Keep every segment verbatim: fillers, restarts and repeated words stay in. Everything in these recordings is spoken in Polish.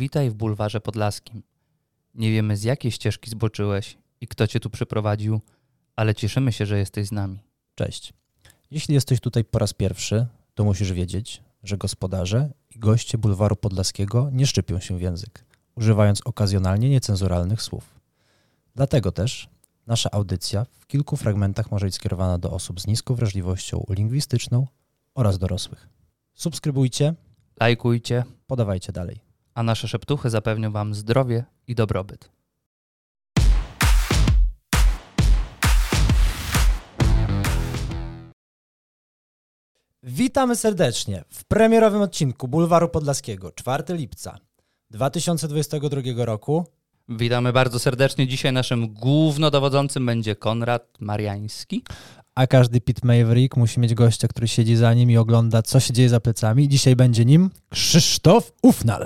Witaj w Bulwarze Podlaskim. Nie wiemy, z jakiej ścieżki zboczyłeś i kto cię tu przyprowadził, ale cieszymy się, że jesteś z nami. Cześć. Jeśli jesteś tutaj po raz pierwszy, to musisz wiedzieć, że gospodarze i goście Bulwaru Podlaskiego nie szczypią się w język, używając okazjonalnie niecenzuralnych słów. Dlatego też nasza audycja w kilku fragmentach może być skierowana do osób z niską wrażliwością lingwistyczną oraz dorosłych. Subskrybujcie, Lajkujcie, podawajcie dalej. a nasze szeptuchy zapewnią wam zdrowie i dobrobyt. Witamy serdecznie w premierowym odcinku Bulwaru Podlaskiego, czwartego lipca dwa tysiące dwudziestego drugiego roku. Witamy bardzo serdecznie. Dzisiaj naszym głównodowodzącym będzie Konrad Mariański. A każdy Pit Maverick musi mieć gościa, który siedzi za nim i ogląda, co się dzieje za plecami. Dzisiaj będzie nim Krzysztof Ufnal.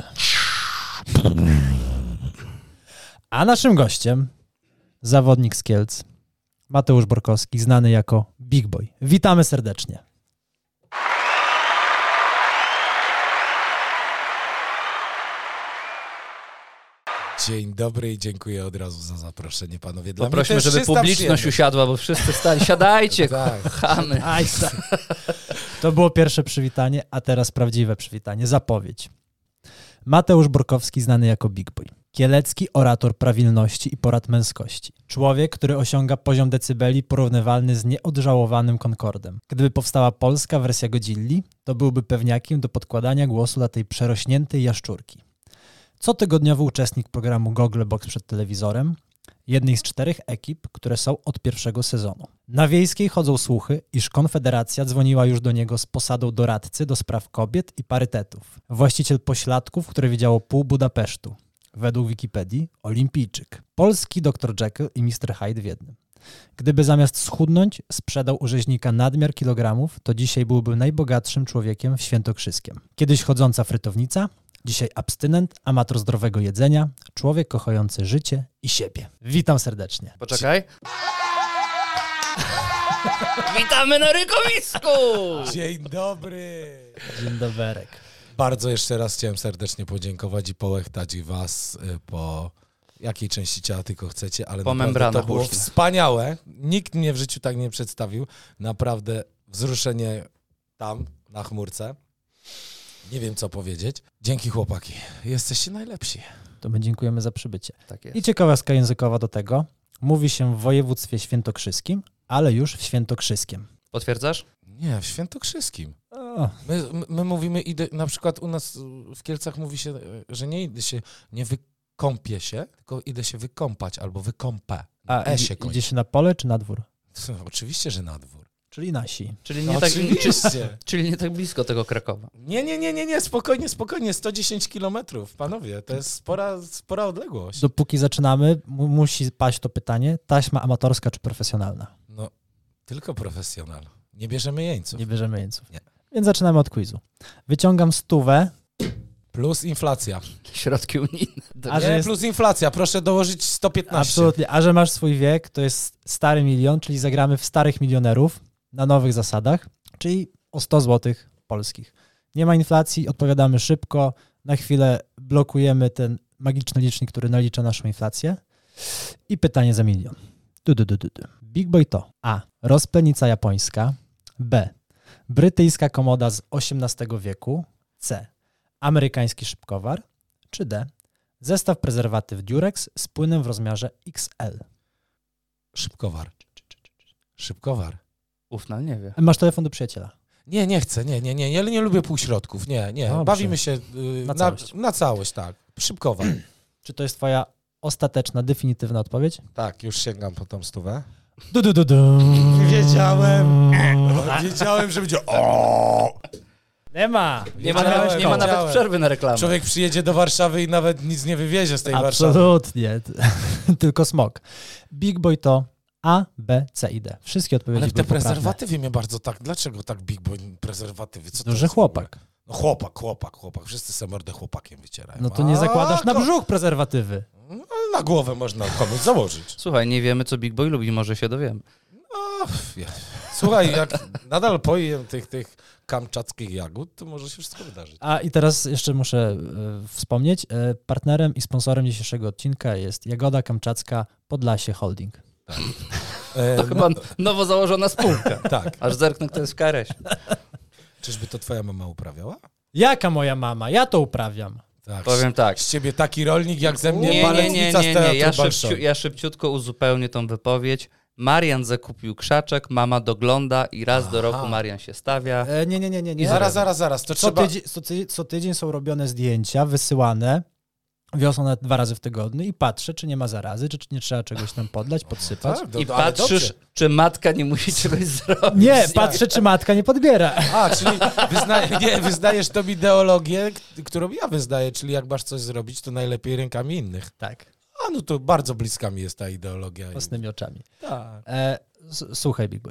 A naszym gościem zawodnik z Kielc, Mateusz Borkowski, znany jako Big Boy. Witamy serdecznie. Dzień dobry i dziękuję od razu za zaproszenie, panowie. Dla Poprośmy, mnie to jest żeby czysta publiczność przyjemność. usiadła, bo wszyscy stali. Siadajcie, Tak. kochamy. Aj, to było pierwsze przywitanie, a teraz prawdziwe przywitanie, zapowiedź. Mateusz Borkowski, znany jako Big Boy. Kielecki orator prawilności i porad męskości. Człowiek, który osiąga poziom decybeli porównywalny z nieodżałowanym Concordem. Gdyby powstała polska wersja Godzilli, to byłby pewniakiem do podkładania głosu dla tej przerośniętej jaszczurki. Cotygodniowy uczestnik programu Gogglebox przed telewizorem, jednej z czterech ekip, które są od pierwszego sezonu. Na Wiejskiej chodzą słuchy, iż Konfederacja dzwoniła już do niego z posadą doradcy do spraw kobiet i parytetów. Właściciel pośladków, które widziało pół Budapesztu. Według Wikipedii olimpijczyk. Polski doktor Jekyll i mister Hyde w jednym. Gdyby zamiast schudnąć sprzedał u rzeźnika nadmiar kilogramów, to dzisiaj byłby najbogatszym człowiekiem w Świętokrzyskiem. Kiedyś chodząca frytownica, dzisiaj abstynent, amator zdrowego jedzenia, człowiek kochający życie i siebie. Witam serdecznie. Poczekaj. Witamy na rykowisku! Dzień dobry. Dzień doberek. Bardzo jeszcze raz chciałem serdecznie podziękować i połechtać was y, po jakiej części ciała tylko chcecie, ale Po naprawdę membranach to było usznych. wspaniałe. Nikt mnie w życiu tak nie przedstawił. Naprawdę wzruszenie tam, na chmurce. Nie wiem, co powiedzieć. Dzięki, chłopaki. Jesteście najlepsi. To my dziękujemy za przybycie. Tak jest. I ciekawostka językowa do tego. Mówi się w województwie świętokrzyskim, ale już w świętokrzyskiem. Potwierdzasz? Nie, w Świętokrzyskim. O, My, my, my mówimy, idę, na przykład u nas w Kielcach mówi się, że nie idę się, nie wykąpię się, tylko idę się wykąpać albo wykąpę. a E się i- kończy. idzie się na pole czy na dwór? Oczywiście, że na dwór. Czyli nasi. Czyli No nie, tak, oczywiście. czyli nie tak blisko tego Krakowa. Nie, nie, nie, nie, nie, spokojnie, spokojnie, sto dziesięć kilometrów, panowie, to jest spora, spora odległość. Dopóki zaczynamy, mu- musi paść to pytanie, taśma amatorska czy profesjonalna? No, tylko profesjonal. Nie bierzemy jeńców. Nie bierzemy jeńców. Nie. Więc zaczynamy od quizu. Wyciągam stówę. Plus inflacja. Środki unijne. A że Nie, jest- plus inflacja, proszę dołożyć sto piętnaście. Absolutnie. A że masz swój wiek, to jest stary milion, czyli zagramy w starych milionerów na nowych zasadach, czyli o sto złotych polskich. Nie ma inflacji, odpowiadamy szybko, na chwilę blokujemy ten magiczny licznik, który nalicza naszą inflację. I pytanie za milion. Du, du, du, du, du. Big Boy to A. Rozplenica japońska. B. Brytyjska komoda z osiemnastego wieku. C. Amerykański szybkowar. Czy D. Zestaw prezerwatyw Durex z płynem w rozmiarze X L. Szybkowar. Szybkowar. Ufnal nie wie. Masz telefon do przyjaciela. Nie, nie chcę, nie, nie, nie, ja nie lubię półśrodków, nie, nie, Dobrze. bawimy się y, Na na, całość. na całość, tak, szybkowar. Czy to jest twoja ostateczna, definitywna odpowiedź? Tak, już sięgam po tą stówę. Du, du, du, du. Wiedziałem. Wiedziałem, że będzie o. Nie ma. Nie ma, Wiedziałem, nawet, nie ma nawet wiedziałem. przerwy na reklamę. Człowiek przyjedzie do Warszawy i nawet nic nie wywiezie z tej Warszawy. Absolutnie. Tylko smok. Big Boy to A, B, C i D. Wszystkie odpowiedzi Ale te były poprawne. prezerwatywy mnie bardzo tak, dlaczego tak Big Boy prezerwatywy? Co to Duży jest w ogóle? chłopak. No chłopak, chłopak, chłopak, wszyscy sobie mordę chłopakiem wycierają. No to nie A, zakładasz na ko- brzuch prezerwatywy. No, ale na głowę można komuś założyć. Słuchaj, nie wiemy, co Big Boy lubi, może się dowiemy. O, ja, Słuchaj, jak nadal pojem tych, tych kamczackich jagód, to może się wszystko wydarzyć. A i teraz jeszcze muszę e, wspomnieć, e, partnerem i sponsorem dzisiejszego odcinka jest Jagoda Kamczacka Podlasie Holding. Tak. E, To chyba nowo założona spółka. tak. Aż zerknę, kto jest w K R S. Czyżby to twoja mama uprawiała? Jaka moja mama? Ja to uprawiam. Tak. Powiem tak. Z ciebie taki rolnik jak ze mnie Nie, nie, nie, baletnica nie, z nie. teatru Ja, szybciu, Bolszoi. ja szybciutko uzupełnię tą wypowiedź. Marian zakupił krzaczek, mama dogląda i raz do Aha. roku Marian się stawia. E, nie, nie, nie, nie. nie. Zaraz, zaraz, zaraz. To Co, trzeba... tydzień, co, tydzień, co tydzień są robione zdjęcia, wysyłane wiosną nawet dwa razy w tygodniu i patrzę, czy nie ma zarazy, czy nie trzeba czegoś tam podlać, podsypać. Tak, do, I do, ale patrzysz, dobrze. czy matka nie musi czegoś zrobić. Nie, patrzę, czy matka nie podbiera. A, czyli wyzna... nie, wyznajesz tą ideologię, k- którą ja wyznaję, czyli jak masz coś zrobić, to najlepiej rękami innych. Tak, A no to bardzo bliska mi jest ta ideologia. własnymi oczami. Tak. E, s- słuchaj, Big Boy.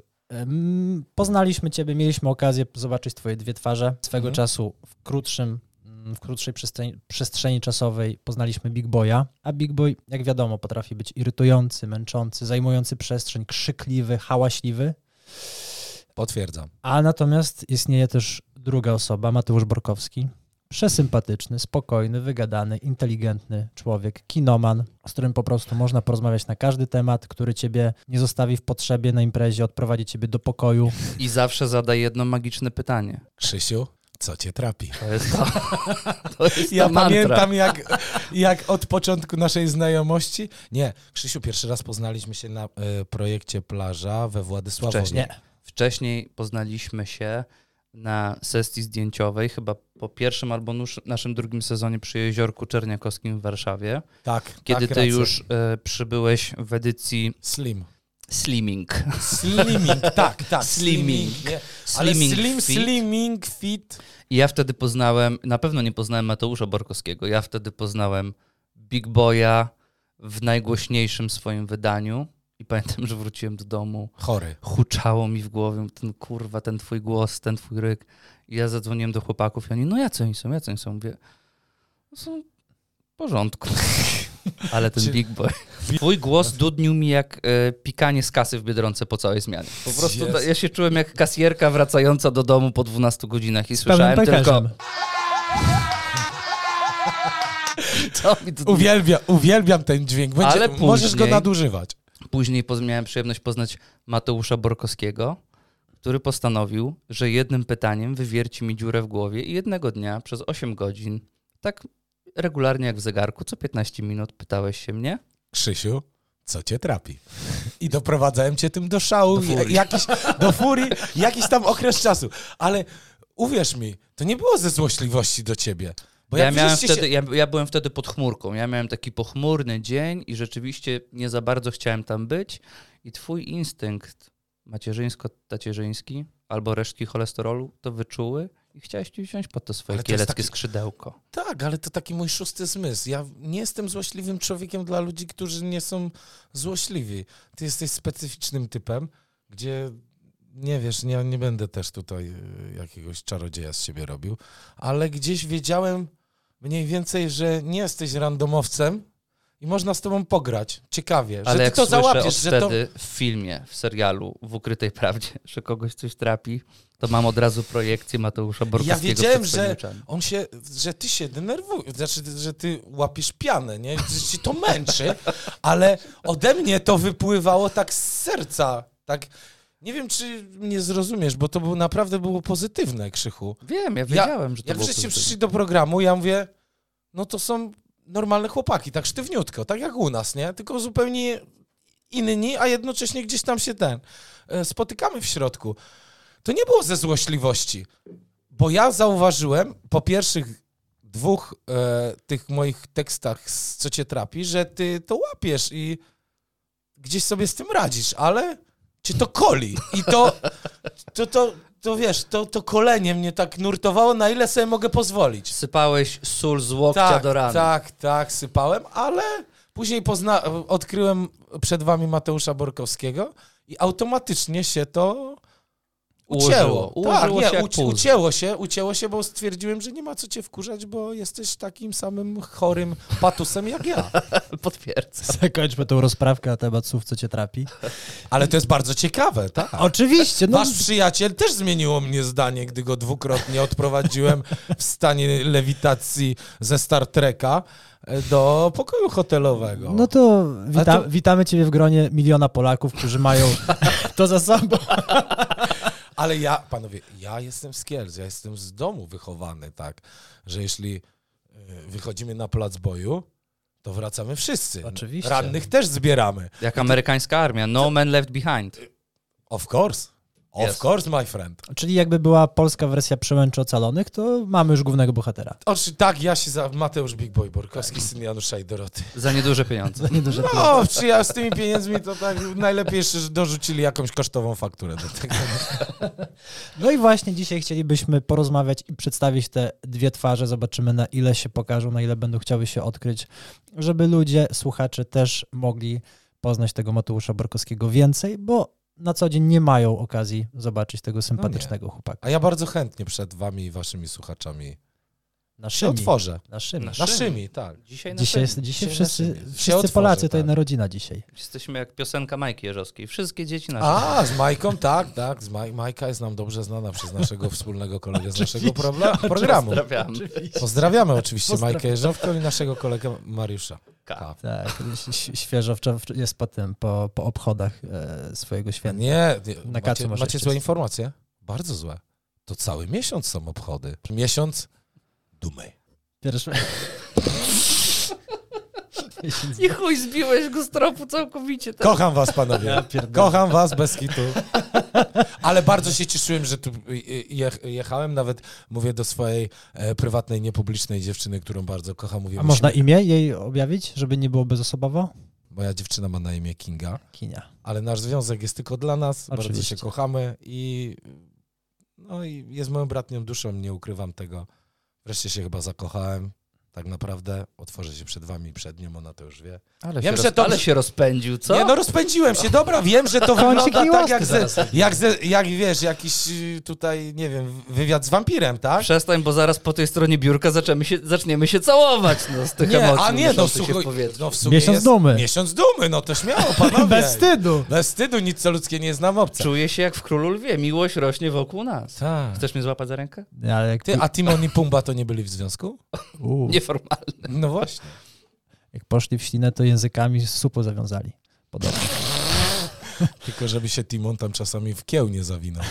Em, Poznaliśmy ciebie, mieliśmy okazję zobaczyć twoje dwie twarze. Swego Mhm. czasu w krótszym, mm, w krótszej przestrzeni, przestrzeni czasowej poznaliśmy Big Boya, a Big Boy, jak wiadomo, potrafi być irytujący, męczący, zajmujący przestrzeń, krzykliwy, hałaśliwy. Potwierdzam. A natomiast istnieje też druga osoba, Mateusz Borkowski. Przesympatyczny, spokojny, wygadany, inteligentny człowiek, kinoman, z którym po prostu można porozmawiać na każdy temat, który ciebie nie zostawi w potrzebie na imprezie, odprowadzi ciebie do pokoju. I zawsze zadaje jedno magiczne pytanie. Krzysiu, co cię trapi? To jest to. To jest Ja ta mantra. pamiętam, jak, jak od początku naszej znajomości... Nie, Krzysiu, pierwszy raz poznaliśmy się na e, projekcie Plaża we Władysławowie. Wcześniej. Nie. Wcześniej poznaliśmy się na sesji zdjęciowej, chyba po pierwszym albo nusz, naszym drugim sezonie przy Jeziorku Czerniakowskim w Warszawie, Tak, kiedy tak, ty racja. już e, przybyłeś w edycji Slim. Slimming. Slimming, tak, tak. Slimming. Nie. Ale Slimming slim, fit. slimming, fit. I ja wtedy poznałem, na pewno nie poznałem Mateusza Borkowskiego, ja wtedy poznałem Big Boya w najgłośniejszym swoim wydaniu i pamiętam, że wróciłem do domu, Chory. huczało mi w głowie ten kurwa, ten twój głos, ten twój ryk. I ja zadzwoniłem do chłopaków i oni, no jacy oni są, jacy oni są? Mówię, no są w porządku. Ale ten Czy- Big Boy. Twój głos dudnił mi jak e, pikanie z kasy w Biedronce po całej zmianie. Po prostu Jezu. ta, ja się czułem jak kasjerka wracająca do domu po dwunastu godzinach i Z pełnym słyszałem tylko... pęcherzem. Co mi tu... Uwielbiam, uwielbiam ten dźwięk. Będzie, Ale możesz go później- nadużywać. Później poz- miałem przyjemność poznać Mateusza Borkowskiego, który postanowił, że jednym pytaniem wywierci mi dziurę w głowie i jednego dnia przez osiem godzin, tak regularnie jak w zegarku, co piętnaście minut pytałeś się mnie. Krzysiu, co cię trapi? I doprowadzałem cię tym do szału, Do furii. jakiś, do furii, jakiś tam okres czasu. Ale uwierz mi, to nie było ze złośliwości do ciebie. Bo Ja, jak miałem wzięliście wtedy, się... ja, ja byłem wtedy pod chmurką. Ja miałem taki pochmurny dzień i rzeczywiście nie za bardzo chciałem tam być. I twój instynkt macierzyńsko-tacierzyński albo resztki cholesterolu to wyczuły i chciałeś ci wziąć pod to swoje Ale to jest kieleckie taki- skrzydełko. Tak, ale to taki mój szósty zmysł. Ja nie jestem złośliwym człowiekiem dla ludzi, którzy nie są złośliwi. Ty jesteś specyficznym typem, gdzie nie wiesz, nie, nie będę też tutaj y, jakiegoś czarodzieja z siebie robił, ale gdzieś wiedziałem mniej więcej, że nie jesteś randomowcem i można z tobą pograć. Ciekawie, Ale że ty jak to słyszę załapiesz, od że to... wtedy w filmie, w serialu, w Ukrytej Prawdzie, że kogoś coś trapi, to mam od razu projekcję Mateusza Borkowskiego. Ja wiedziałem, przed swoimi że oczami. on się, że ty się denerwujesz, znaczy, że ty łapiesz pianę, nie? Że ci to męczy, ale ode mnie to wypływało tak z serca, tak... Nie wiem, czy mnie zrozumiesz, bo to było, naprawdę było pozytywne, Krzychu. Wiem, ja wiedziałem, że to Jak było żeście pozytywne. przyszli do programu, ja mówię, no to są normalne chłopaki, tak sztywniutko, tak jak u nas, nie? Tylko zupełnie inni, a jednocześnie gdzieś tam się ten e, spotykamy w środku. To nie było ze złośliwości, bo ja zauważyłem po pierwszych dwóch e, tych moich tekstach, z co cię trapi, że ty to łapiesz i gdzieś sobie z tym radzisz, ale cię to koli i to, to, to, to wiesz, to, to kolenie mnie tak nurtowało, na ile sobie mogę pozwolić. Sypałeś sól z łokcia Tak, do rany. tak, tak, sypałem, ale później pozna- odkryłem przed wami Mateusza Borkowskiego i automatycznie się to Ucięło. Ułożyło tak, nie, się jak uci- puzzle. ucięło się, ucięło się, bo stwierdziłem, że nie ma co cię wkurzać, bo jesteś takim samym chorym patusem jak ja. Potwierdzam. Zakończmy tą rozprawkę na temat słów, co cię trapi. Ale to jest bardzo ciekawe, tak? Oczywiście, no Wasz przyjaciel też zmieniło mnie zdanie, gdy go dwukrotnie odprowadziłem w stanie lewitacji ze Star Treka do pokoju hotelowego. No to, wita- to- witamy ciebie w gronie miliona Polaków, którzy mają to za sobą. Ale ja, panowie, ja jestem z Kielc, ja jestem z domu wychowany, tak, że jeśli y, wychodzimy na plac boju, to wracamy wszyscy. Oczywiście. Rannych też zbieramy. Jak amerykańska armia. No man left behind. Of course. Of Yes. course, my friend. Czyli jakby była polska wersja Przełęczy Ocalonych, to mamy już głównego bohatera. Oczy, tak, ja się za... Mateusz Big Boy Borkowski, syn Janusza i Doroty. Za nieduże pieniądze. Nieduże No, czy ja z tymi pieniędzmi to tak najlepiej jeszcze że dorzucili jakąś kosztową fakturę do tego. No i właśnie dzisiaj chcielibyśmy porozmawiać i przedstawić te dwie twarze. Zobaczymy, na ile się pokażą, na ile będą chciały się odkryć, żeby ludzie, słuchacze też mogli poznać tego Mateusza Borkowskiego więcej, bo na co dzień nie mają okazji zobaczyć tego sympatycznego chłopaka. A ja bardzo chętnie przed wami i waszymi słuchaczami się Naszymi. otworzę. Naszymi. Naszymi. Naszymi, tak. Dzisiaj, Dzisiaj, naszymi. jest, dzisiaj Dzisiaj wszyscy, naszymi. Się wszyscy otworzę, Polacy, to tak. jedna rodzina dzisiaj. Jesteśmy jak piosenka Majki Jeżowskiej. Wszystkie dzieci nasze. A, z Majką, tak, tak. Z Maj- Majka jest nam dobrze znana przez naszego wspólnego kolegę z naszego proble- programu. Pozdrawiam. Pozdrawiamy oczywiście Pozdrawiam. Majkę Jeżowkę i naszego kolegę Mariusza. Ka. Tak, ś- świeżo wczor- jest po tym, po, po obchodach e, swojego święta. Nie, nie Na kacu macie, może macie jeszcze złe jest. informacje? Bardzo złe. To cały miesiąc są obchody. Miesiąc dumy. Pierwszy... I chuj, zbiłeś go z tropu całkowicie. Tak? Kocham was, panowie. Kocham was bez kitu. Ale bardzo się cieszyłem, że tu je- jechałem. Nawet mówię do swojej e, prywatnej, niepublicznej dziewczyny, którą bardzo kocham. Mówię, A można musimy- imię jej objawić, żeby nie było bezosobowo? Moja dziewczyna ma na imię Kinga, Kinia. ale nasz związek jest tylko dla nas. Bardzo Oczywiście. się kochamy i, no i jest moją bratnią duszą, nie ukrywam tego. Wreszcie się chyba zakochałem. Tak naprawdę otworzę się przed wami, przed nią, ona to już wie. Ale, Wiem, się, że roz... to- ale się rozpędził, co? Nie, no rozpędziłem się, dobra, wiem, że to Kącik wygląda tak miłosny jak, ze, zaraz. jak, ze, jak wiesz, jakiś y, tutaj, nie wiem, wywiad z wampirem, tak? Przestań, bo zaraz po tej stronie biurka zaczniemy się, zaczniemy się całować no, z tych Nie, emocji. a nie, no unoszących się słuchaj, w powietrzu. no w sumie Miesiąc jest, dumy. Miesiąc dumy, no to śmiało, panowie. Bez wstydu! Bez wstydu, nic co ludzkie nie znam obca. Czuję się jak w Królu Lwie. Miłość rośnie wokół nas. Tak. Chcesz mnie złapać za rękę? Ale jak, Ty, a Timon i Pumba to nie byli w związku? u, Nieformalne. No właśnie. jak poszli w ślinę, to językami z supu zawiązali. Podobnie. Tylko żeby się Timon tam czasami w kieł nie zawinął.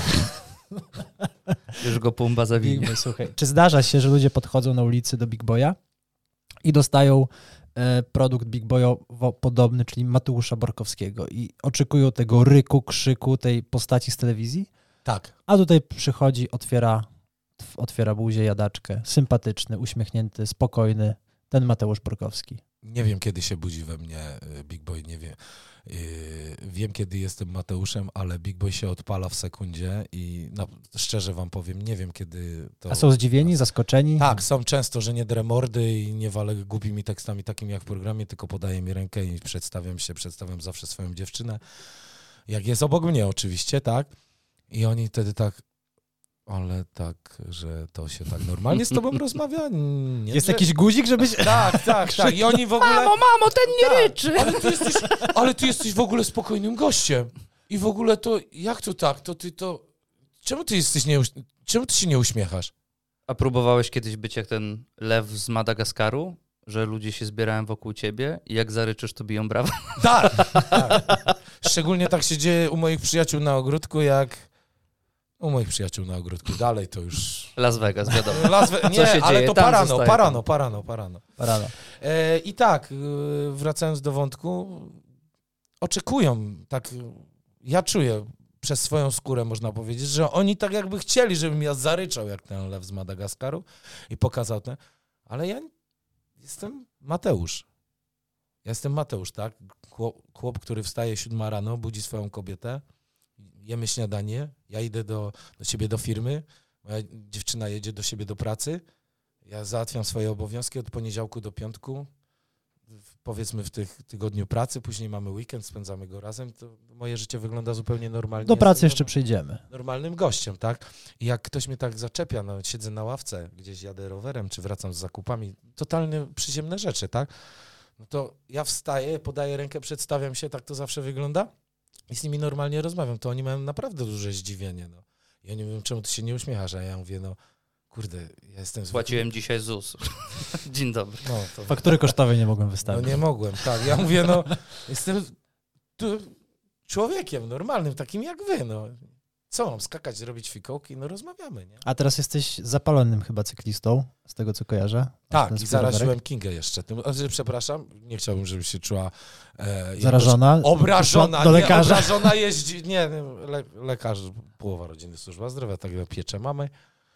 Już go Pumba zawinie. Big Boy, słuchaj. Czy zdarza się, że ludzie podchodzą na ulicy do Big Boya i dostają e, produkt Big Boyowo podobny, czyli Mateusza Borkowskiego i oczekują tego ryku, krzyku, tej postaci z telewizji, Tak. a tutaj przychodzi, otwiera, tw- otwiera buzię, jadaczkę, sympatyczny, uśmiechnięty, spokojny, ten Mateusz Borkowski. Nie wiem, kiedy się budzi we mnie y, Big Boy, nie wiem. Yy, wiem, kiedy jestem Mateuszem, ale Big Boy się odpala w sekundzie i no, szczerze wam powiem, nie wiem, kiedy to... A są zdziwieni, zaskoczeni? Tak, są często, że nie drę mordy i nie walę głupimi tekstami takimi jak w programie, tylko podaję mi rękę i przedstawiam się, przedstawiam zawsze swoją dziewczynę. Jak jest obok mnie oczywiście, tak? I oni wtedy tak, ale tak, że to się tak normalnie z tobą rozmawia? Nie, Jest że... jakiś guzik, żebyś... Tak, tak, tak. I oni w ogóle... Mamo, mamo, ten nie Tak, ryczy! Ale ty, jesteś, ale ty jesteś w ogóle spokojnym gościem. I w ogóle to, jak to tak? To ty to... Czemu ty jesteś nie... Czemu ty się nie uśmiechasz? A próbowałeś kiedyś być jak ten lew z Madagaskaru? Że ludzie się zbierają wokół ciebie i jak zaryczysz, to biją brawa? Tak, tak. Szczególnie tak się dzieje u moich przyjaciół na ogródku, jak... U moich przyjaciół na ogródku. Dalej to już... Las Vegas, wiadomo. Las Ve- nie, Co się ale dzieje? to Tam parano, zostaje parano, tam. parano, parano. Parada. E, I tak, e, wracając do wątku, oczekują, tak, ja czuję przez swoją skórę, można powiedzieć, że oni tak jakby chcieli, żebym ja zaryczał jak ten lew z Madagaskaru i pokazał ten, ale ja jestem Mateusz. Ja jestem Mateusz, tak? Chłop, chłop, który wstaje siódma rano, budzi swoją kobietę, jemy śniadanie, ja idę do, do siebie do firmy, moja dziewczyna jedzie do siebie do pracy, ja załatwiam swoje obowiązki od poniedziałku do piątku, powiedzmy w tych tygodniu pracy, później mamy weekend, spędzamy go razem, to moje życie wygląda zupełnie normalnie. Do pracy Jestem jeszcze przyjdziemy. Normalnym gościem, tak? I jak ktoś mnie tak zaczepia, no, siedzę na ławce, gdzieś jadę rowerem, czy wracam z zakupami, totalnie przyziemne rzeczy, tak? No to ja wstaję, podaję rękę, przedstawiam się, tak to zawsze wygląda i z nimi normalnie rozmawiam. To oni mają naprawdę duże zdziwienie, no. Ja nie wiem, czemu ty się nie uśmiechasz, a ja mówię, no kurde, ja jestem... Płaciłem dzisiaj Z U S. Dzień dobry. No, to... Faktury kosztowej nie mogłem No wystawić. nie mogłem, tak. Ja mówię, no jestem tu człowiekiem normalnym, takim jak wy, no. Co mam, skakać, robić fikołki? No rozmawiamy, nie? A teraz jesteś zapalonym chyba cyklistą, z tego co kojarzę. Tak, Ten i swój zaraziłem rowerek. Kingę jeszcze. Tym, znaczy, przepraszam, nie chciałbym, żeby się czuła... E, Zarażona? jakoś Obrażona. Do nie, lekarza. Obrażona jeździ... Nie, nie, le, lekarz, połowa rodziny, służba zdrowia, tak piecze mamy.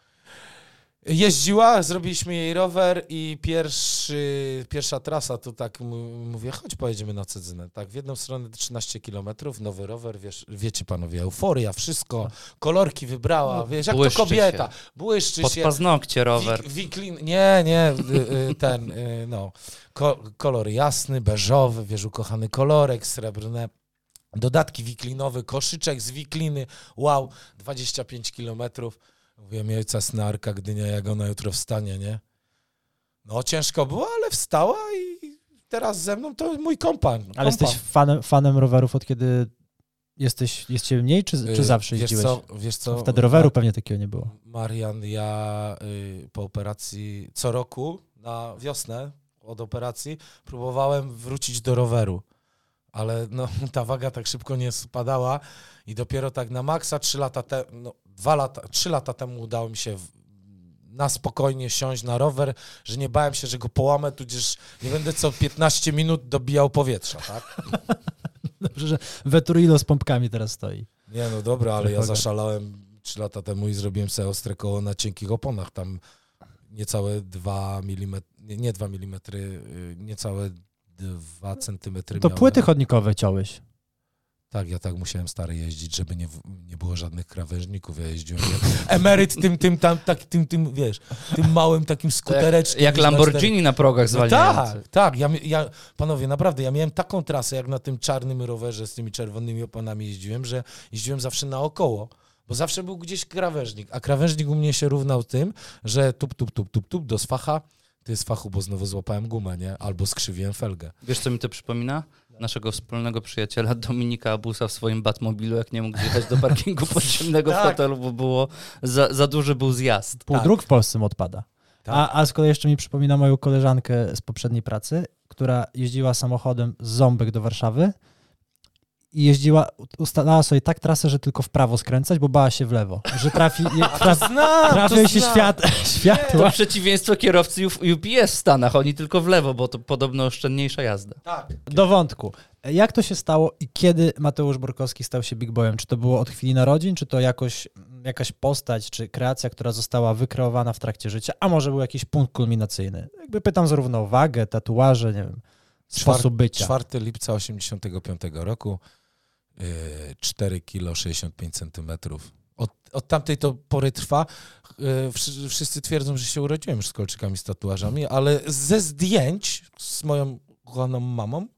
Jeździła, zrobiliśmy jej rower i pierwszy, pierwsza trasa to tak m- mówię, chodź pojedziemy na Cedzynę. Tak, w jedną stronę trzynaście kilometrów, nowy rower, wiesz, wiecie panowie, euforia, wszystko, kolorki wybrała, No, wiesz, jak to błyszczy kobieta, się. błyszczy Pod się. paznokcie rower. Wik, wiklin, nie, nie, y, y, ten, y, no, ko, kolor jasny, beżowy, wiesz, ukochany kolorek, srebrne. Dodatki wiklinowe, koszyczek z wikliny, wow, dwadzieścia pięć kilometrów. Mówię, ojca snarka, Gdynia, jak ona jutro wstanie, nie? No ciężko było, ale wstała i teraz ze mną to mój kompan. kompan. Ale jesteś fanem, fanem rowerów od kiedy jesteś, jest ciebie mniej, czy, czy Y, zawsze wiesz jeździłeś? co, wiesz co, Wtedy roweru pewnie takiego nie było. Marian, ja y, po operacji co roku na wiosnę od operacji próbowałem wrócić do roweru. Ale no, ta waga tak szybko nie spadała i dopiero tak na maksa trzy lata temu, no, dwa lata, trzy lata temu udało mi się w, na spokojnie siąść na rower, że nie bałem się, że go połamę, tudzież nie będę co piętnaście minut dobijał powietrza, tak? Dobrze, że Veturilo z pompkami teraz stoi. Nie, no dobra, ale ja Waga. zaszalałem trzy lata temu i zrobiłem sobie ostre koło na cienkich oponach, tam niecałe dwa milimetry, nie, nie dwa milimetry, y, niecałe dwa centymetry To miałem. płyty chodnikowe ciąłeś. Tak, ja tak musiałem stary jeździć, żeby nie, nie było żadnych krawężników. Ja jeździłem jak emeryt tym, tym, tam, tak, tym, tym, wiesz, tym małym takim skutereczkiem. Jak wiesz, na Lamborghini na progach No zwalniający. tak, tak. Ja, ja, panowie, naprawdę, ja miałem taką trasę, jak na tym czarnym rowerze z tymi czerwonymi oponami jeździłem, że jeździłem zawsze naokoło, bo zawsze był gdzieś krawężnik, a krawężnik u mnie się równał tym, że tup, tup, tup, tup, tup do swacha, ty z fachu, bo znowu złapałem gumę, nie? Albo skrzywiłem felgę. Wiesz, co mi to przypomina? Naszego wspólnego przyjaciela Dominika Abusa w swoim Batmobilu, jak nie mógł jechać do parkingu podziemnego w Tak. hotelu, bo było za, za duży był zjazd. Pół Tak. dróg w Polsce mu odpada. Tak. A, a z kolei jeszcze mi przypomina moją koleżankę z poprzedniej pracy, która jeździła samochodem z Ząbek do Warszawy i jeździła, ustalała sobie tak trasę, że tylko w prawo skręcać, bo bała się w lewo. Że trafi, je, traf, Znam, trafią to się znam. świat, To światła. przeciwieństwo kierowcy U P S w Stanach, oni tylko w lewo, bo to podobno oszczędniejsza jazda. Tak. Do wątku. Jak to się stało i kiedy Mateusz Borkowski stał się Big Boyem? Czy to było od chwili narodzin, czy to jakoś, jakaś postać, czy kreacja, która została wykreowana w trakcie życia, a może był jakiś punkt kulminacyjny? Jakby pytam zarówno o wagę, tatuaże, nie wiem, sposób bycia. czwartego lipca osiemdziesiątego piątego roku, yy, cztery kilo sześćdziesiąt pięć centymetrów. Od, od tamtej to pory trwa. Yy, wszy- wszyscy twierdzą, że się urodziłem już z kolczykami, z tatuażami, ale ze zdjęć z moją kochaną mamą,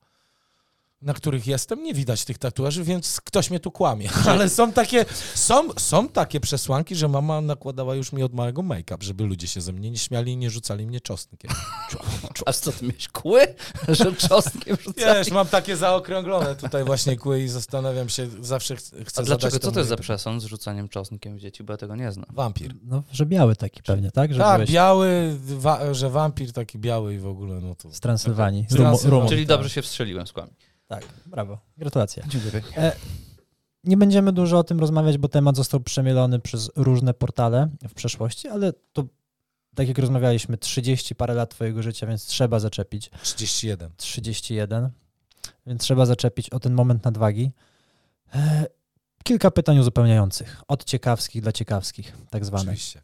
na których jestem, nie widać tych tatuaży, więc ktoś mnie tu kłamie. Ale są takie, są, są takie przesłanki, że mama nakładała już mi od małego make-up, żeby ludzie się ze mnie nie śmiali i nie rzucali mnie czosnkiem. A co, ty miałeś kły? Że czosnkiem rzucali? Wiesz, mam takie zaokrąglone tutaj właśnie kły i zastanawiam się, zawsze ch- chcę A zadać dlaczego? Co to jest za moje przesąd z rzucaniem czosnkiem w dzieci? Bo ja tego nie znam. pytanie. Wampir. No, że biały taki pewnie, tak? Że Tak, byłeś biały, wa- że wampir taki biały i w ogóle, no to... z Transylwanii. Z Rumo, Transylwanii. Rumo. Czyli tak. dobrze się wstrzeliłem z kłami. Tak, brawo. Gratulacje. Dziękuję. E, nie będziemy dużo o tym rozmawiać, bo temat został przemielony przez różne portale w przeszłości, ale to, tak jak rozmawialiśmy, trzydzieści parę lat twojego życia, więc trzeba zaczepić. trzydzieści jeden. trzydzieści jeden, więc trzeba zaczepić o ten moment nadwagi. E, kilka pytań uzupełniających, od ciekawskich dla ciekawskich, tak zwane. Oczywiście.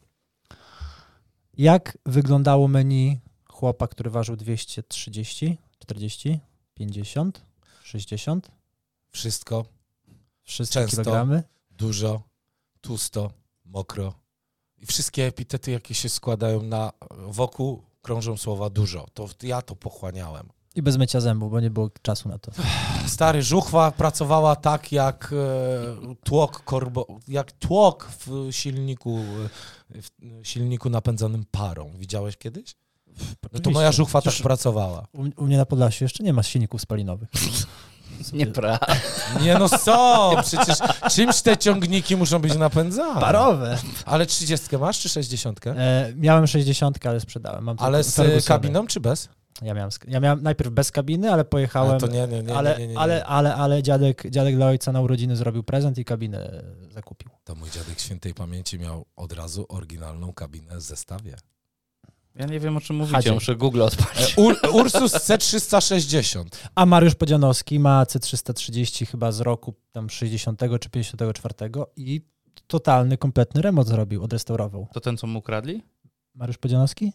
Jak wyglądało menu chłopa, który ważył dwieście trzydzieści, czterdzieści, pięćdziesiąt, sześćdziesiąt? Wszystko, Wszystkie Często. kilogramy? dużo, tłusto, mokro i wszystkie epitety, jakie się składają na wokół, krążą słowa dużo. To ja to pochłaniałem. I bez mycia zębów, bo nie było czasu na to. Stary, żuchwa pracowała tak jak e, tłok korbo, jak tłok w silniku, e, w silniku napędzanym parą. Widziałeś kiedyś? No to moja żuchwa tak pracowała. U, u mnie na Podlasiu jeszcze nie ma silników spalinowych. Nieprawda. Nie no są, przecież czymś te ciągniki muszą być napędzane. Parowe. Ale trzydziestkę masz czy sześćdziesiątkę? E, miałem sześćdziesiątkę, ale sprzedałem. Mam Ale tylko z Fergusony. kabiną czy bez? Ja miałem, sk- ja miałem najpierw bez kabiny, ale pojechałem... Ale to nie, nie, nie, ale, nie, nie, nie. ale, ale, ale dziadek, dziadek dla ojca na urodziny zrobił prezent i kabinę zakupił. To mój dziadek świętej pamięci miał od razu oryginalną kabinę w zestawie. Ja nie wiem, o czym mówicie, Hadzie. muszę Google odpalić. E, Ur, Ursus C trzysta sześćdziesiąt. A Mariusz Podzianowski ma C trzysta trzydzieści chyba z roku tam sześćdziesiątego czy pięćdziesiątego czwartego i totalny, kompletny remont zrobił, odrestaurował. To ten, co mu ukradli? Mariusz Podzianowski?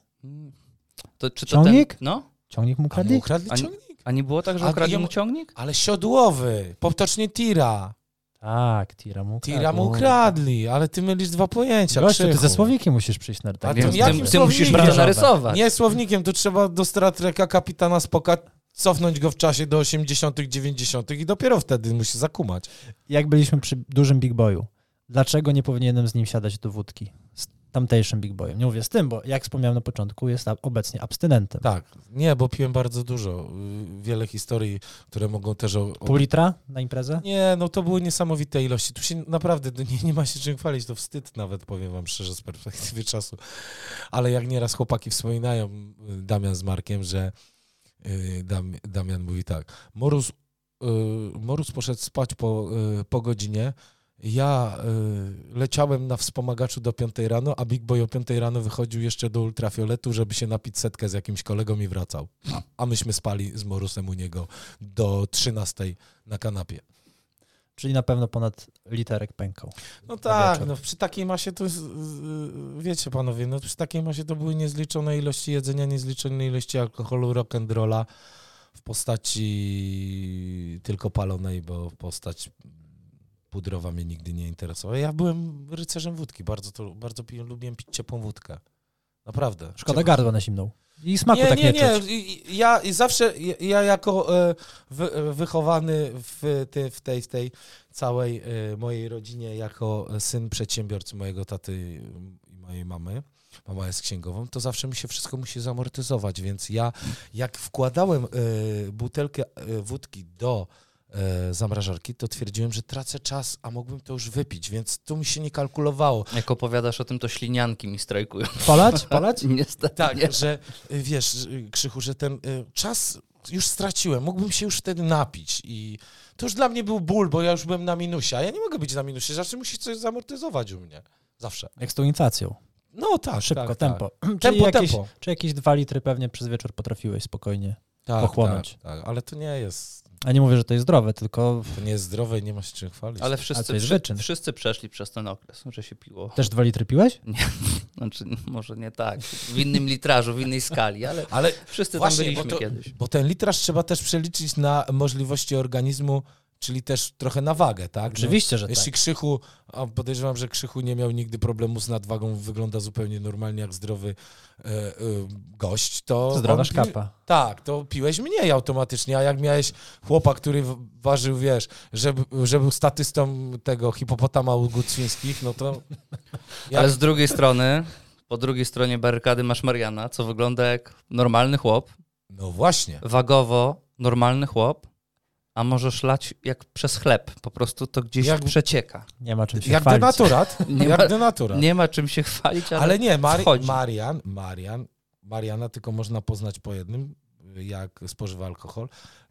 To, czy to Ciągnik? Ten, no? Ciągnik mu A mu ukradli? ukradli A nie- ciągnik? A nie było tak, że A ukradli jemu- mu ciągnik? Ale siodłowy, potocznie tira. Tak, tira mu ukradli. Tira mu ukradli, ale ty mylisz dwa pojęcia. Gościu, ty Krzychu. ze słownikiem musisz przyjść na A targ. to Więc jakim ty, ty musisz mi to słownikiem? narysować. Nie słownikiem, tu trzeba do Star Treka Kapitana Spoka cofnąć go w czasie do osiemdziesiątych, dziewięćdziesiątych i dopiero wtedy musi zakumać. Jak byliśmy przy dużym Big Boyu, dlaczego nie powinienem z nim siadać do wódki? Z tamtejszym Big Boyem. Nie mówię z tym, bo jak wspomniałem na początku, jest a- obecnie abstynentem. Tak, nie, bo piłem bardzo dużo. Y, Wiele historii, które mogą też... O, o... Pół litra na imprezę? Nie, no to były niesamowite ilości. Tu się naprawdę nie, nie ma się czym chwalić, to wstyd nawet, powiem wam szczerze, z perspektywy czasu. Ale jak nieraz chłopaki wspominają, y, Damian z Markiem, że y, Dam, Damian mówi tak, Morus, y, Morus poszedł spać po, y, po godzinie, ja y, leciałem na wspomagaczu do piątej rano, a Big Boy o piątej rano wychodził jeszcze do ultrafioletu, żeby się napić setkę z jakimś kolegą i wracał. A, a myśmy spali z Morusem u niego do trzynastej na kanapie. Czyli na pewno ponad literek pękał. No Na tak, wieczór. no przy takiej masie to, jest, yy, wiecie panowie, no przy takiej masie to były niezliczone ilości jedzenia, niezliczone ilości alkoholu, rock'n'rolla w postaci tylko palonej, bo postać pudrowa mnie nigdy nie interesowała. Ja byłem rycerzem wódki, bardzo to, bardzo piję, lubiłem pić ciepłą wódkę. Naprawdę. Szkoda Ciepłą- gardła na zimną. I smaku nie, tak nie, nie, nie, czuć. I- i- ja i zawsze, ja, ja jako e, wy, e, wychowany w, ty, w, tej, w tej całej e, mojej rodzinie, jako syn przedsiębiorcy mojego taty i mojej mamy, mama jest księgową, to zawsze mi się wszystko musi zamortyzować, więc ja jak wkładałem e, butelkę e, wódki do e, zamrażarki, to twierdziłem, że tracę czas, a mógłbym to już wypić, więc tu mi się nie kalkulowało. Jak opowiadasz o tym, to ślinianki mi strajkują. Polać? Polać? Niestety Tak, nie. że y, wiesz, y, Krzychu, że ten y, czas już straciłem, mógłbym się już wtedy napić i to już dla mnie był ból, bo ja już byłem na minusie, a ja nie mogę być na minusie, zawsze musi coś zamortyzować u mnie, zawsze. Jak z tą inflacją. No tak, Szybko, tak, tempo. Tak. Czyli Tempo, jakieś, tempo. Czy jakieś dwa litry pewnie przez wieczór potrafiłeś spokojnie Tak, pochłonąć. Tak, tak, ale to nie jest, A nie mówię, że to jest zdrowe, tylko to nie jest zdrowe i nie ma się czym chwalić. Ale A wszyscy, to jest wszy, wyczyn. wszyscy przeszli przez ten okres, że się piło. też dwa litry piłeś? Znaczy, może nie tak, w innym litrażu, w innej skali, ale Ale wszyscy właśnie, tam byliśmy bo to- kiedyś. Bo ten litraż trzeba też przeliczyć na możliwości organizmu, czyli też trochę na wagę, tak? No, Oczywiście, że jeśli tak. Krzychu, a podejrzewam, że Krzychu nie miał nigdy problemu z nadwagą, wygląda zupełnie normalnie jak zdrowy e, e, gość, to... Zdrowa on szkapa. Pi- tak, to piłeś mniej automatycznie, a jak miałeś chłopa, który w- ważył, wiesz, że, że był statystą tego hipopotama ugód świńskich, no to... Jak... Ale z drugiej strony, po drugiej stronie barykady masz Mariana, co wygląda jak normalny chłop, No właśnie. wagowo normalny chłop, a możesz lać jak przez chleb. Po prostu to gdzieś Jak- przecieka. Nie ma czym się Jak chwalić. denaturat, Nie jak ma- denaturat. Nie ma czym się chwalić, ale, Ale nie, Mari- wchodzi. Marian, Marian, Mariana tylko można poznać po jednym, jak spożywa alkohol,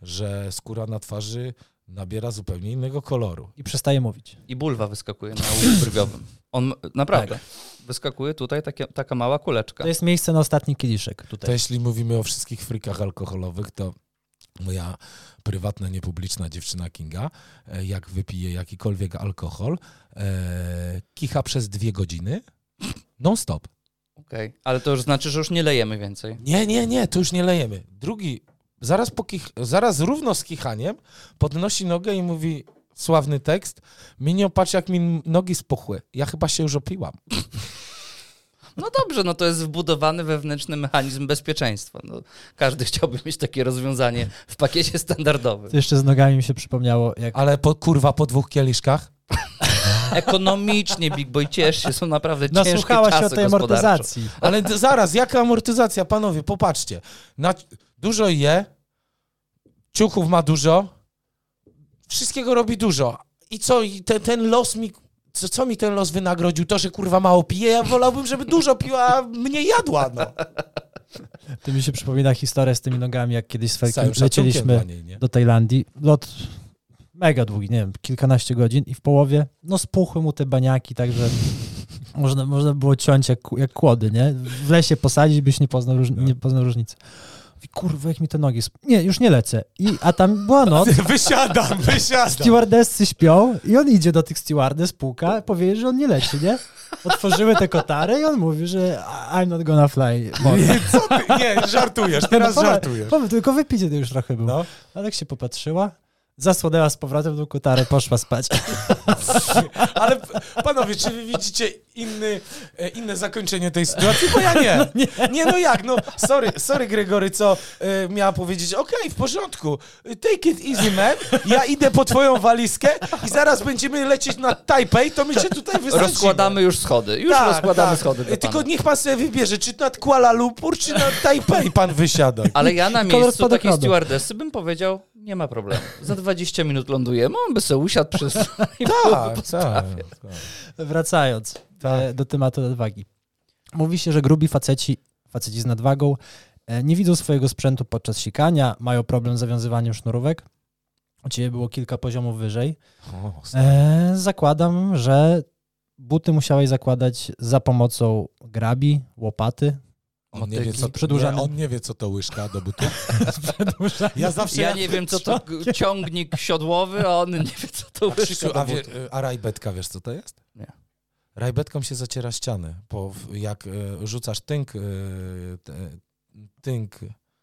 że skóra na twarzy nabiera zupełnie innego koloru. I przestaje mówić. I bulwa wyskakuje na łóżku brwiowym. On naprawdę wyskakuje tutaj takie, taka mała kuleczka. To jest miejsce na ostatni kieliszek To tutaj. jeśli mówimy o wszystkich frykach alkoholowych, to moja prywatna, niepubliczna dziewczyna Kinga, e, jak wypije jakikolwiek alkohol, e, kicha przez dwie godziny, non stop. Okej, ale to już znaczy, że już nie lejemy więcej. Nie, nie, nie, to już nie lejemy. Drugi, zaraz, po kich, zaraz równo z kichaniem podnosi nogę i mówi sławny tekst: Minio, patrz jak mi nogi spuchły. Ja chyba się już opiłam. No dobrze, no to jest wbudowany wewnętrzny mechanizm bezpieczeństwa. No, każdy chciałby mieć takie rozwiązanie w pakiecie standardowym. To jeszcze z nogami mi się przypomniało, jak... Ale po, kurwa po dwóch kieliszkach? Ekonomicznie, Big Boy, ciesz się, są naprawdę ciężkie Nasłuchała czasy się o tej gospodarczo. amortyzacji. Ale d- zaraz, jaka amortyzacja, panowie, popatrzcie. Na, dużo je, ciuchów ma dużo, wszystkiego robi dużo. I co, i te, ten los mi... Co, co mi ten los wynagrodził? To, że kurwa mało pije? Ja wolałbym, żeby dużo piła, a mniej jadła, no. To mi się przypomina historia z tymi nogami, jak kiedyś z Z całym Felkiem szacunkiem lecieliśmy dla niej, nie? do Tajlandii. Lot mega długi, nie wiem, kilkanaście godzin i w połowie, no spuchły mu te baniaki, także można, można było ciąć jak, jak kłody, nie? W lesie posadzić, byś nie poznał, róż, nie poznał różnicy. I kurwa, jak mi te nogi... Sp... Nie, już nie lecę. I, a tam była noc. Wysiadam, wysiadam. Stewardessy śpią i on idzie do tych stewardess, puka, powie, że on nie leci, nie? Otworzyły te kotary i on mówi, że I'm not gonna fly. Nie, co ty? Nie, żartujesz, teraz No, żartujesz. Powiem, tylko wypicie to już trochę było. No. A tak się popatrzyła, zasłonęła z powrotem do kotarę, poszła spać. Ale panowie, czy wy widzicie inny, e, inne zakończenie tej sytuacji? Bo ja nie. nie. Nie, no jak, no sorry, sorry Gregory, co e, miała powiedzieć, okej, w porządku, take it easy man, ja idę po twoją walizkę i zaraz będziemy lecieć na Tajpej, to my się tutaj wysadzimy. Rozkładamy już schody. Już Tak, rozkładamy tak. schody. E, Tylko niech pan sobie wybierze, czy nad Kuala Lumpur, czy nad Tajpej pan wysiada. Ale ja na Kolor miejscu takiej spadochrodu. stewardessy bym powiedział, nie ma problemu. Za dwadzieścia minut lądujemy, on by sobie usiadł przez... i Tak, byłoby po tak, sprawie. tak. Wracając Tak. e, do tematu nadwagi. Mówi się, że grubi faceci, faceci z nadwagą e, nie widzą swojego sprzętu podczas sikania, mają problem z zawiązywaniem sznurówek. U ciebie było kilka poziomów wyżej. O, E, zakładam, że buty musiałeś zakładać za pomocą grabi, łopaty. On nie, wie, co, Przedłużany. nie, on nie wie, co to łyżka do butów. Przedłużany. Ja zawsze... Ja nie wiem, co to g- ciągnik siodłowy, a on nie wie, co to Krzysiu, łyżka a, do wie, butów. a rajbetka, wiesz, co to jest? Nie. Rajbetką się zaciera ściany. Po, jak e, rzucasz tynk, e, te, tynk,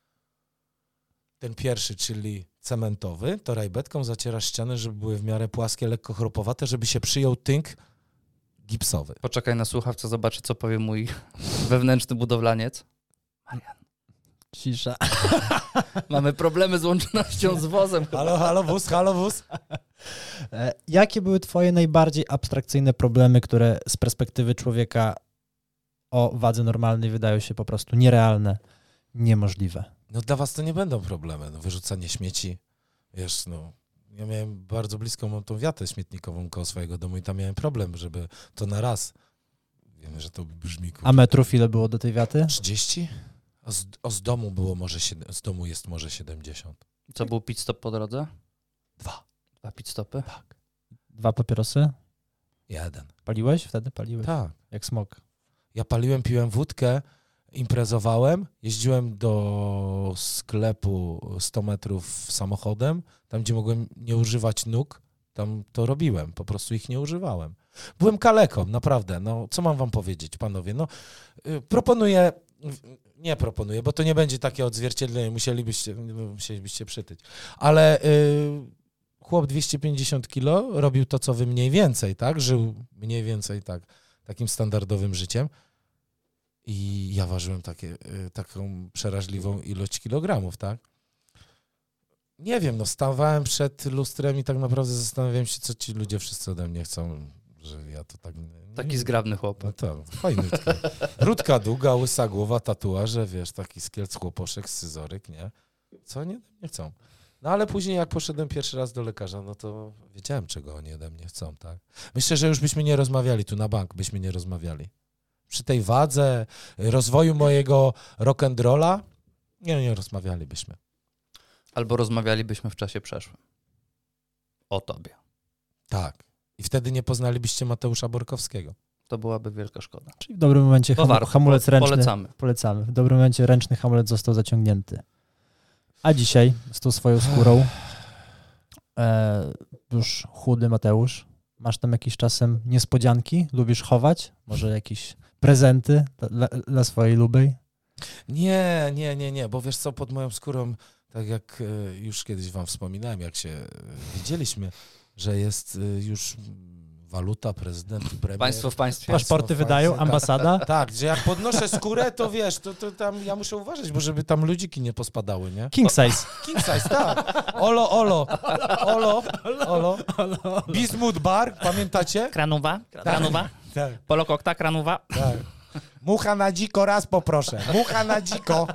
ten pierwszy, czyli cementowy, to rajbetką zacierasz ściany, żeby były w miarę płaskie, lekko chropowate, żeby się przyjął tynk gipsowy. Poczekaj na słuchawce, zobaczę, co powie mój wewnętrzny budowlaniec. Marian, Cisza. mamy problemy z łącznością z wozem. Halo, halo, wóz, halo, wóz. E, jakie były twoje najbardziej abstrakcyjne problemy, które z perspektywy człowieka o wadze normalnej wydają się po prostu nierealne, niemożliwe? No dla was to nie będą problemy. No, wyrzucanie śmieci, wiesz, no... Ja miałem bardzo blisko, mam tą wiatę śmietnikową koło swojego domu i tam miałem problem, żeby to na raz. Wiem, że to brzmi... A metrów ile było do tej wiaty? trzydzieści? A z, a z domu było może, siedem, z domu jest może siedemdziesiąt. Co, był pit stop po drodze? Dwa. Dwa pit stopy? Tak. Dwa papierosy? Jeden. Paliłeś? Wtedy paliłeś. Tak. Jak smok. Ja paliłem, piłem wódkę, imprezowałem, jeździłem do sklepu sto metrów samochodem, tam gdzie mogłem nie używać nóg, tam to robiłem, po prostu ich nie używałem. Byłem kaleką, naprawdę, no co mam wam powiedzieć, panowie, no y, proponuję, nie proponuję, bo to nie będzie takie odzwierciedlenie, musielibyście, musielibyście przytyć, ale y, chłop dwieście pięćdziesiąt kilo robił to, co wy mniej więcej, tak, żył mniej więcej tak, takim standardowym życiem. I ja ważyłem takie, y, taką przeraźliwą ilość kilogramów, tak? Nie wiem, no stawałem przed lustrem i tak naprawdę zastanawiałem się, co ci ludzie wszyscy ode mnie chcą, że ja to tak... Nie, Taki zgrabny chłop. No tak, fajny. Brudka długa, łysa głowa, tatuaże, wiesz, taki skielc chłoposzek, scyzoryk, nie? Co oni ode mnie chcą? No ale później jak poszedłem pierwszy raz do lekarza, no to wiedziałem, czego oni ode mnie chcą, tak? Myślę, że już byśmy nie rozmawiali, tu na bank byśmy nie rozmawiali. Przy tej wadze, rozwoju mojego rock'n'rolla, nie, nie rozmawialibyśmy. Albo rozmawialibyśmy w czasie przeszłym. O tobie. Tak. I wtedy nie poznalibyście Mateusza Borkowskiego. To byłaby wielka szkoda. Czyli w dobrym momencie To ham- warto. hamulec Po- ręczny... Polecamy. Polecamy. W dobrym momencie ręczny hamulec został zaciągnięty. A dzisiaj z tą swoją skórą e, już chudy Mateusz, masz tam jakieś czasem niespodzianki? Lubisz chować? Może jakieś prezenty dla, dla swojej lubej? Nie, nie, nie, nie, bo wiesz co, pod moją skórą, tak jak już kiedyś wam wspominałem, jak się widzieliśmy, że jest już waluta, prezydent, premier. Państwo w państwie. Paszporty w wydają, państwie, ambasada. Tak, tak, że jak podnoszę skórę, to wiesz, to, to tam ja muszę uważać, bo żeby tam ludziki nie pospadały, nie? King size. King size, tak. Olo, olo, olo, olo. Bismuth bar, pamiętacie? Kranuwa, kranuwa, Tak, polokokta, kranuwa. tak. Mucha na dziko raz poproszę. Mucha na dziko.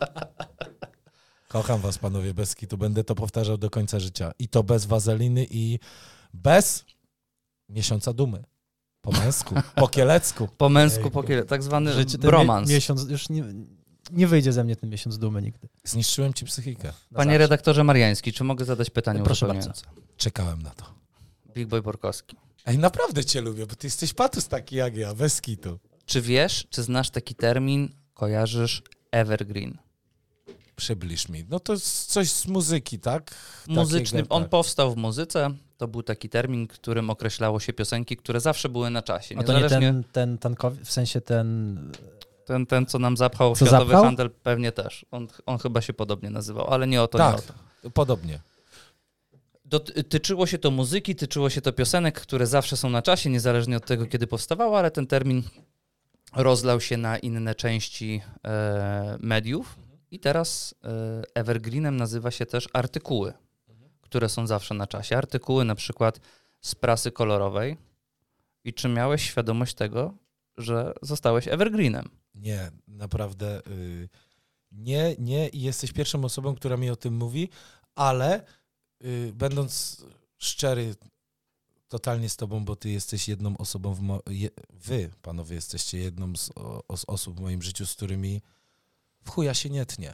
Kocham was, panowie, bez kitu. Będę to powtarzał do końca życia. I to bez wazeliny i bez miesiąca dumy. Po męsku, po kielecku. Po męsku, Ejku. po kiele, tak zwany Życie, ten bromans. mi- miesiąc, już nie, nie wyjdzie ze mnie ten miesiąc dumy nigdy. Zniszczyłem ci psychikę. Na Panie zawsze. redaktorze Mariański, czy mogę zadać pytanie Proszę uzupełniające? Czekałem na to. Big Boy Borkowski. Ej, naprawdę cię lubię, bo ty jesteś patus taki jak ja, bez kitu. Czy wiesz, czy znasz taki termin, kojarzysz evergreen? Przybliż mi. No to jest coś z muzyki, tak? Muzyczny, Takiego, on tak. powstał w muzyce, to był taki termin, którym określało się piosenki, które zawsze były na czasie. A to nie Niezależnie ten, ten tankowy, w sensie ten... ten, ten, co nam zapchał Co światowy zapchał? handel, pewnie też. On, on chyba się podobnie nazywał, ale nie o to, Tak, nie o to. podobnie. Dotyczyło się to muzyki, tyczyło się to piosenek, które zawsze są na czasie, niezależnie od tego, kiedy powstawały, ale ten termin rozlał się na inne części e, mediów i teraz e, evergreenem nazywa się też artykuły, które są zawsze na czasie. Artykuły na przykład z prasy kolorowej. I czy miałeś świadomość tego, że zostałeś evergreenem? Nie, naprawdę y, nie, nie i jesteś pierwszą osobą, która mi o tym mówi, ale y, będąc szczery totalnie z tobą, bo ty jesteś jedną osobą, w mo- je, wy, panowie, jesteście jedną z, o, z osób w moim życiu, z którymi w chuja się nie tnie.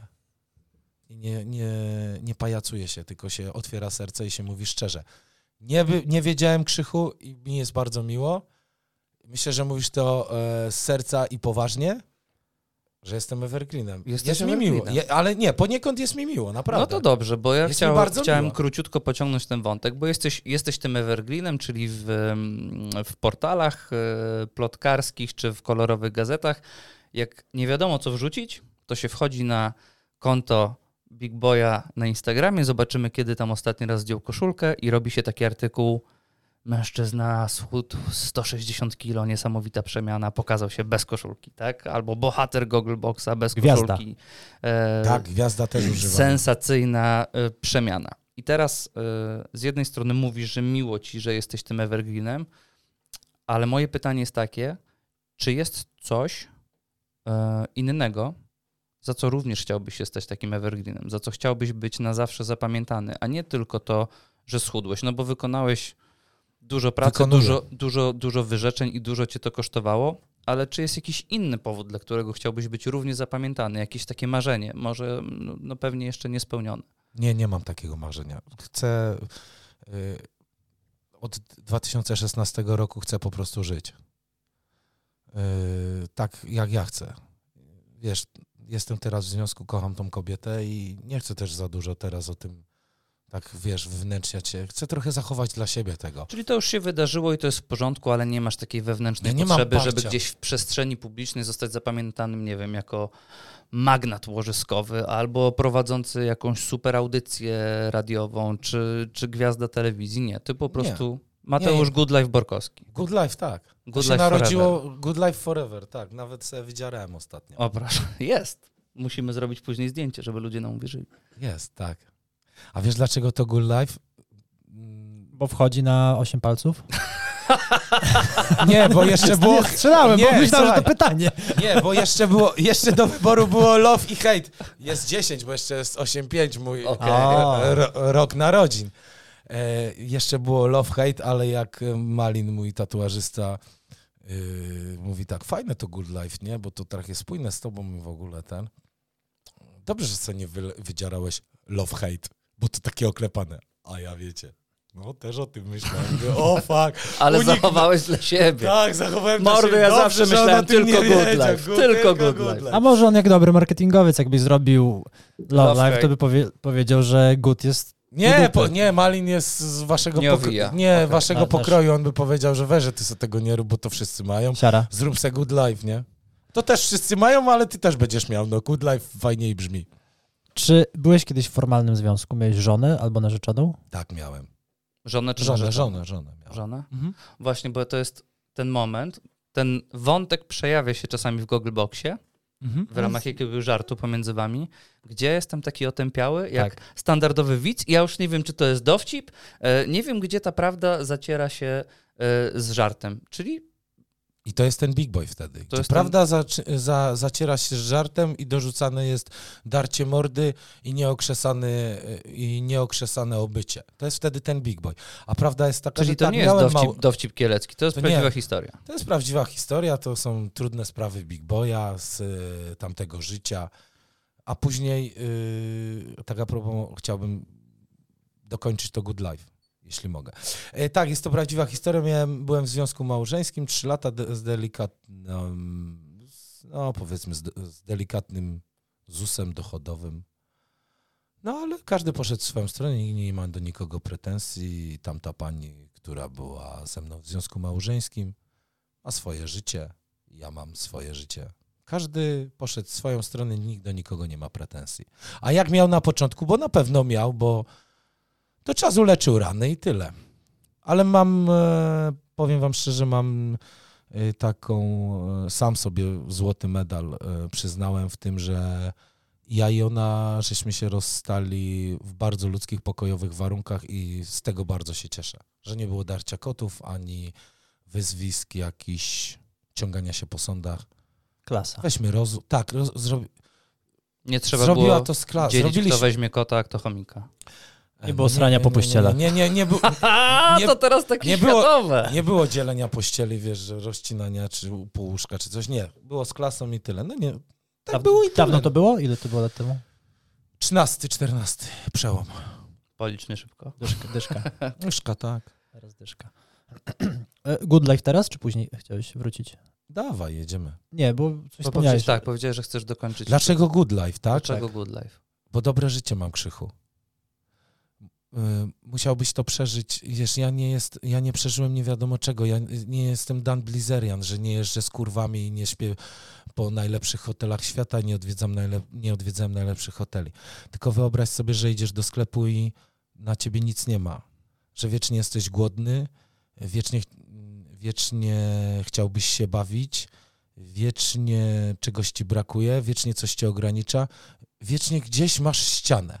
I nie, nie, nie pajacuje się, tylko się otwiera serce i się mówi szczerze. Nie, by, nie wiedziałem, Krzychu, i mi jest bardzo miło. Myślę, że mówisz to e, z serca i poważnie, że jestem evergreenem. Jesteś jest mi miło, evergreenem. Je, ale nie, poniekąd jest mi miło, naprawdę. No to dobrze, bo ja Jest mi chciał, bardzo chciałem miło. króciutko pociągnąć ten wątek, bo jesteś, jesteś tym evergreenem, czyli w, w portalach e, plotkarskich czy w kolorowych gazetach. Jak nie wiadomo, co wrzucić, to się wchodzi na konto Big Boya na Instagramie, zobaczymy, kiedy tam ostatni raz zdjął koszulkę i robi się taki artykuł: mężczyzna schudł sto sześćdziesiąt kilo, niesamowita przemiana, pokazał się bez koszulki, tak? Albo bohater Goggleboxa bez Gwiazda. koszulki. E, Tak, gwiazda też używa. sensacyjna e, przemiana. I teraz e, z jednej strony mówisz, że miło ci, że jesteś tym evergreenem, ale moje pytanie jest takie, czy jest coś e, innego, za co również chciałbyś się stać takim evergreenem, za co chciałbyś być na zawsze zapamiętany, a nie tylko to, że schudłeś, no bo wykonałeś dużo pracy, Wykonuję. dużo, dużo, dużo wyrzeczeń i dużo cię to kosztowało, ale czy jest jakiś inny powód, dla którego chciałbyś być równie zapamiętany, jakieś takie marzenie, może no, no pewnie jeszcze niespełnione? Nie, nie mam takiego marzenia. Chcę... Y, od dwa tysiące szesnastego roku chcę po prostu żyć. Y, tak jak ja chcę. Wiesz, jestem teraz w związku, kocham tą kobietę i nie chcę też za dużo teraz o tym, tak wiesz, wewnętrzniać się. Chcę trochę zachować dla siebie tego. Czyli to już się wydarzyło i to jest w porządku, ale nie masz takiej wewnętrznej Ja nie mam potrzeby, żeby parcia. gdzieś w przestrzeni publicznej zostać zapamiętanym, nie wiem, jako magnat łożyskowy albo prowadzący jakąś super audycję radiową czy, czy gwiazda telewizji. Nie, ty po prostu Mateusz Nie. Good Life Borkowski. Good life, tak. To Good się life narodziło Good Life Forever, tak. Nawet sobie wydziarałem ostatnio. O proszę, jest. Musimy zrobić później zdjęcie, żeby ludzie nam uwierzyli. Jest, tak. A wiesz dlaczego to Good Life? Mm, Bo wchodzi na osiem palców? Nie, bo jeszcze było... Nie strzelałem, Nie, bo myślałem, że słuchaj. to pytanie. Nie, bo jeszcze było, jeszcze do wyboru było love i hate. Jest dziesięć, bo jeszcze jest osiem pięć mój Okej. e, ro, rok narodzin. E, jeszcze było love, hate, ale jak Malin, mój tatuażysta, e, mówi tak, fajne to Good Life, nie? Bo to trochę spójne z tobą i w ogóle ten. Dobrze, że sobie nie wy, wydzierałeś love, hate, bo to takie oklepane. A ja wiecie, no też o tym myślałem. Mówię, o fuck. Ale Unik- zachowałeś dla siebie. Tak, zachowałem to Mordy, się ja dobrze, zawsze że on myślałem o tym tylko nie Good wiedział. Life, tylko Good Life. A może on jak dobry marketingowiec, jakbyś zrobił Love, Love Life, Hate. to by powie, powiedział, że good jest... Nie, dupy. po, nie, Malin jest z waszego, Nie pokro- owija. nie, Okej. waszego A, też. pokroju. On by powiedział, że weź, że ty sobie tego nie rób, bo to wszyscy mają. Siara. Zrób se Good Life, nie? To też wszyscy mają, ale ty też będziesz miał. No, Good Life fajniej brzmi. Czy byłeś kiedyś w formalnym związku? Miałeś żonę albo narzeczoną? Tak miałem. Żonę czy Żonę, narzeczoną? żonę, żonę miała. Żonę? Mhm. Właśnie, bo to jest ten moment, ten wątek przejawia się czasami w Goggleboxie, Mhm. w ramach jakiegoś żartu pomiędzy wami, gdzie jestem taki otępiały, jak Tak. standardowy widz. Ja już nie wiem, czy to jest dowcip, e, nie wiem, gdzie ta prawda zaciera się e, z żartem. Czyli I to jest ten big boy wtedy. Gdzie jest prawda za, za, zaciera się z żartem i dorzucane jest darcie mordy i nieokrzesany, i nieokrzesane obycie. To jest wtedy ten big boy. A prawda jest taka, Czyli że to tak, nie jest miałem dowcip, mało... dowcip kielecki, to jest To prawdziwa nie. historia. To jest prawdziwa historia, to są trudne sprawy big boya z y, tamtego życia. A później, y, tak a propos, chciałbym dokończyć to Good Life, jeśli mogę. E, tak, jest to prawdziwa historia. Miałem, byłem w związku małżeńskim, trzy lata de, z delikatnym, no powiedzmy z, z delikatnym zusem dochodowym. No ale każdy poszedł w swoją stronę, nikt nie ma do nikogo pretensji. Tamta pani, która była ze mną w związku małżeńskim, ma swoje życie, ja mam swoje życie. Każdy poszedł w swoją stronę, nikt do nikogo nie ma pretensji. A jak miał na początku, bo na pewno miał, bo to czas uleczył rany i tyle. Ale mam, e, powiem wam szczerze, mam e, taką, e, sam sobie złoty medal e, przyznałem w tym, że ja i ona, żeśmy się rozstali w bardzo ludzkich, pokojowych warunkach i z tego bardzo się cieszę. Że nie było darcia kotów, ani wyzwisk, jakichś ciągania się po sądach. Klasa. Weźmy roz... Tak, roz... Zrobi... Nie trzeba zrobiła było to z klas. dzielić, Zrobiliśmy... kto weźmie kota, a kto chomika. Nie było srania po pościelach. Nie, nie, nie, nie, było, A, Nie- to teraz takie nie było- światowe. nie było dzielenia pościeli, wiesz, że rozcinania, czy pół łóżka, czy coś. Nie, było z klasą i tyle. No nie, tak Da- było i tyle. Dawno to było? Ile to było lat temu? trzynasty, czternasty, przełom. Policz mnie szybko. Dyszka, dyszka. Myszka, tak. Teraz dyszka. E, Good Life teraz, czy później chciałeś wrócić? Dawaj, jedziemy. Nie, bo coś Bo wspomniałeś. powiedziałeś, tak, powiedziałeś, że chcesz dokończyć. Dlaczego good life, tak? Dlaczego Good Life? Bo dobre życie mam, Krzychu. Y, Musiałbyś to przeżyć. Wiesz, ja nie, jest, ja nie przeżyłem nie wiadomo czego. Ja nie jestem Dan Blizzerian, że nie jeżdżę z kurwami i nie śpię po najlepszych hotelach świata, nie odwiedzam najlep- nie odwiedzałem najlepszych hoteli. Tylko wyobraź sobie, że idziesz do sklepu i na ciebie nic nie ma. Że wiecznie jesteś głodny, wiecznie, wiecznie chciałbyś się bawić, wiecznie czegoś ci brakuje, wiecznie coś cię ogranicza, wiecznie gdzieś masz ścianę.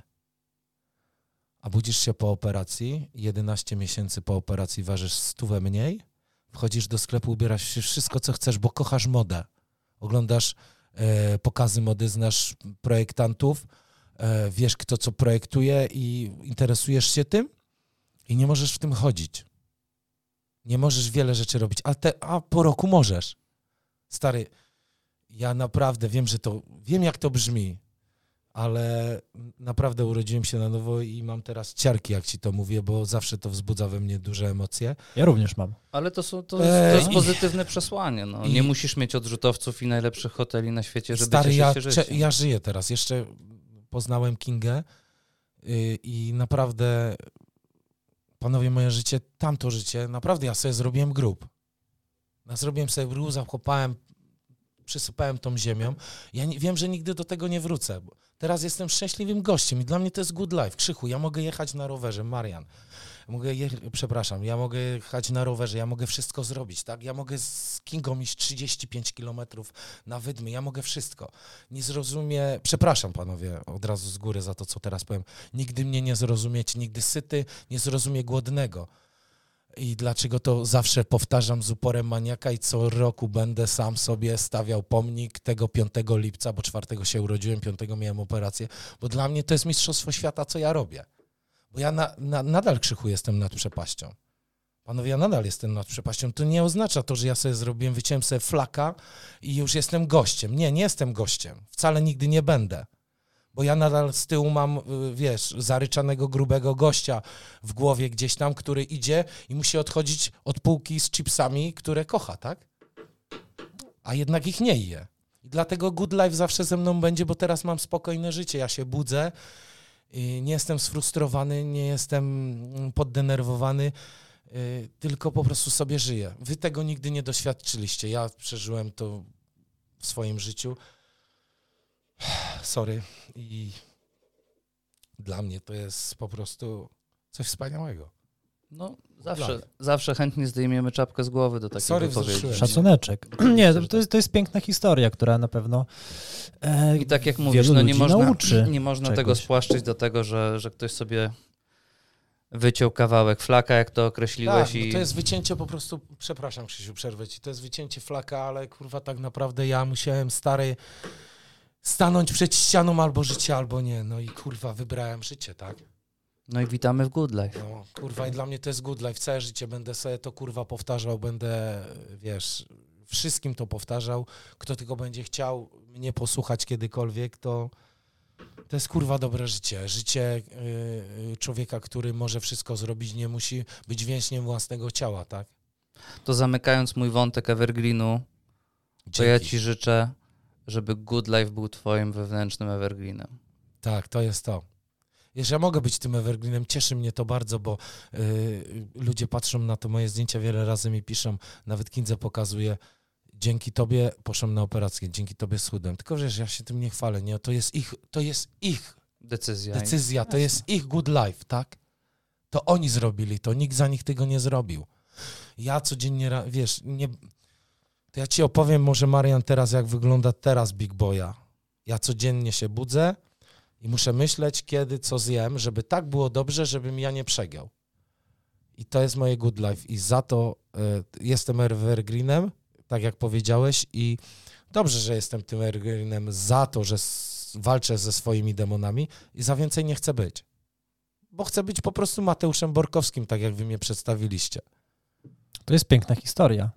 A budzisz się po operacji, jedenaście miesięcy po operacji ważysz stówę mniej, wchodzisz do sklepu, ubierasz się wszystko, co chcesz, bo kochasz modę. Oglądasz e, pokazy mody, znasz projektantów, e, wiesz, kto co projektuje i interesujesz się tym i nie możesz w tym chodzić. Nie możesz wiele rzeczy robić, a, te, a po roku możesz. Stary, ja naprawdę wiem, że to, wiem jak to brzmi, ale naprawdę urodziłem się na nowo i mam teraz ciarki, jak ci to mówię, bo zawsze to wzbudza we mnie duże emocje. Ja również mam. Ale to, są, to, jest, to jest Eee, pozytywne przesłanie. No. i- Nie musisz mieć odrzutowców i najlepszych hoteli na świecie, żeby Stary, cieszyć ja, się cze- życiem. ja żyję teraz. Jeszcze poznałem Kingę yy, i naprawdę, panowie, moje życie, tamto życie, naprawdę ja sobie zrobiłem grób. Ja zrobiłem sobie grób, zakopałem, przysypałem tą ziemią. Ja nie, wiem, że nigdy do tego nie wrócę. Bo teraz jestem szczęśliwym gościem i dla mnie to jest good life. Krzychu, ja mogę jechać na rowerze, Marian. Mogę je- przepraszam, ja mogę jechać na rowerze, ja mogę wszystko zrobić, tak? Ja mogę z Kingą iść trzydzieści pięć kilometrów na wydmy, ja mogę wszystko. Nie zrozumie, przepraszam panowie od razu z góry za to, co teraz powiem, nigdy mnie nie zrozumiecie, nigdy syty nie zrozumie głodnego. I dlaczego to zawsze powtarzam z uporem maniaka i co roku będę sam sobie stawiał pomnik tego piątego lipca, bo czwartego się urodziłem, piątego miałem operację, bo dla mnie to jest mistrzostwo świata, co ja robię. Bo ja na, na, nadal, Krzychu, jestem nad przepaścią. Panowie, ja nadal jestem nad przepaścią. To nie oznacza to, że ja sobie zrobiłem, wyciąłem sobie flaka i już jestem gościem. Nie, nie jestem gościem. Wcale nigdy nie będę. Bo ja nadal z tyłu mam, y, wiesz, zaryczanego, grubego gościa w głowie gdzieś tam, który idzie i musi odchodzić od półki z chipsami, które kocha, tak? A jednak ich nie je. I dlatego good life zawsze ze mną będzie, bo teraz mam spokojne życie. Ja się budzę, y, nie jestem sfrustrowany, nie jestem mm, poddenerwowany, y, tylko po prostu sobie żyję. Wy tego nigdy nie doświadczyliście. Ja przeżyłem to w swoim życiu. Sorry. I dla mnie to jest po prostu coś wspaniałego. No, zawsze, zawsze chętnie zdejmiemy czapkę z głowy do takiej Sorry, wypowiedzi. wzruszyłem. Szacuneczek. Nie, to, to, jest, to jest piękna historia, która na pewno e, I tak jak wielu mówisz, no nie ludzi można, nauczy nie można czegoś. tego spłaszczyć do tego, że, że ktoś sobie wyciął kawałek flaka, jak to określiłeś. Tak, i no to jest wycięcie po prostu, przepraszam Krzysiu, przerwę ci, to jest wycięcie flaka, ale kurwa tak naprawdę ja musiałem, stary, stanąć przed ścianą albo życie, albo nie, no i kurwa wybrałem życie, tak? No i witamy w Good Life. No kurwa i dla mnie to jest good life, całe życie będę sobie to kurwa powtarzał, będę, wiesz, wszystkim to powtarzał, kto tylko będzie chciał mnie posłuchać kiedykolwiek, to to jest kurwa dobre życie, życie yy, człowieka, który może wszystko zrobić, nie musi być więźniem własnego ciała, tak? To zamykając mój wątek evergreenu, to ja ci życzę, żeby Good Life był twoim wewnętrznym evergreenem. Tak, to jest to. Jeżeli ja mogę być tym evergreenem, cieszy mnie to bardzo, bo yy, ludzie patrzą na to moje zdjęcia, wiele razy mi piszą, nawet Kindze pokazuje, dzięki tobie poszłem na operację, dzięki tobie schudłem. Tylko wiesz, ja się tym nie chwalę, nie? To jest ich, to jest ich Decyzja. decyzja, to jest ich good life, tak? To oni zrobili to, nikt za nich tego nie zrobił. Ja codziennie, ra- wiesz, nie... To ja ci opowiem może, Marian, teraz, jak wygląda teraz Big Boya. Ja codziennie się budzę i muszę myśleć, kiedy, co zjem, żeby tak było dobrze, żebym ja nie przegiął. I to jest moje good life i za to y, jestem evergreenem, tak jak powiedziałeś, i dobrze, że jestem tym evergreenem za to, że s- walczę ze swoimi demonami i za więcej nie chcę być. Bo chcę być po prostu Mateuszem Borkowskim, tak jak wy mnie przedstawiliście. To jest piękna historia.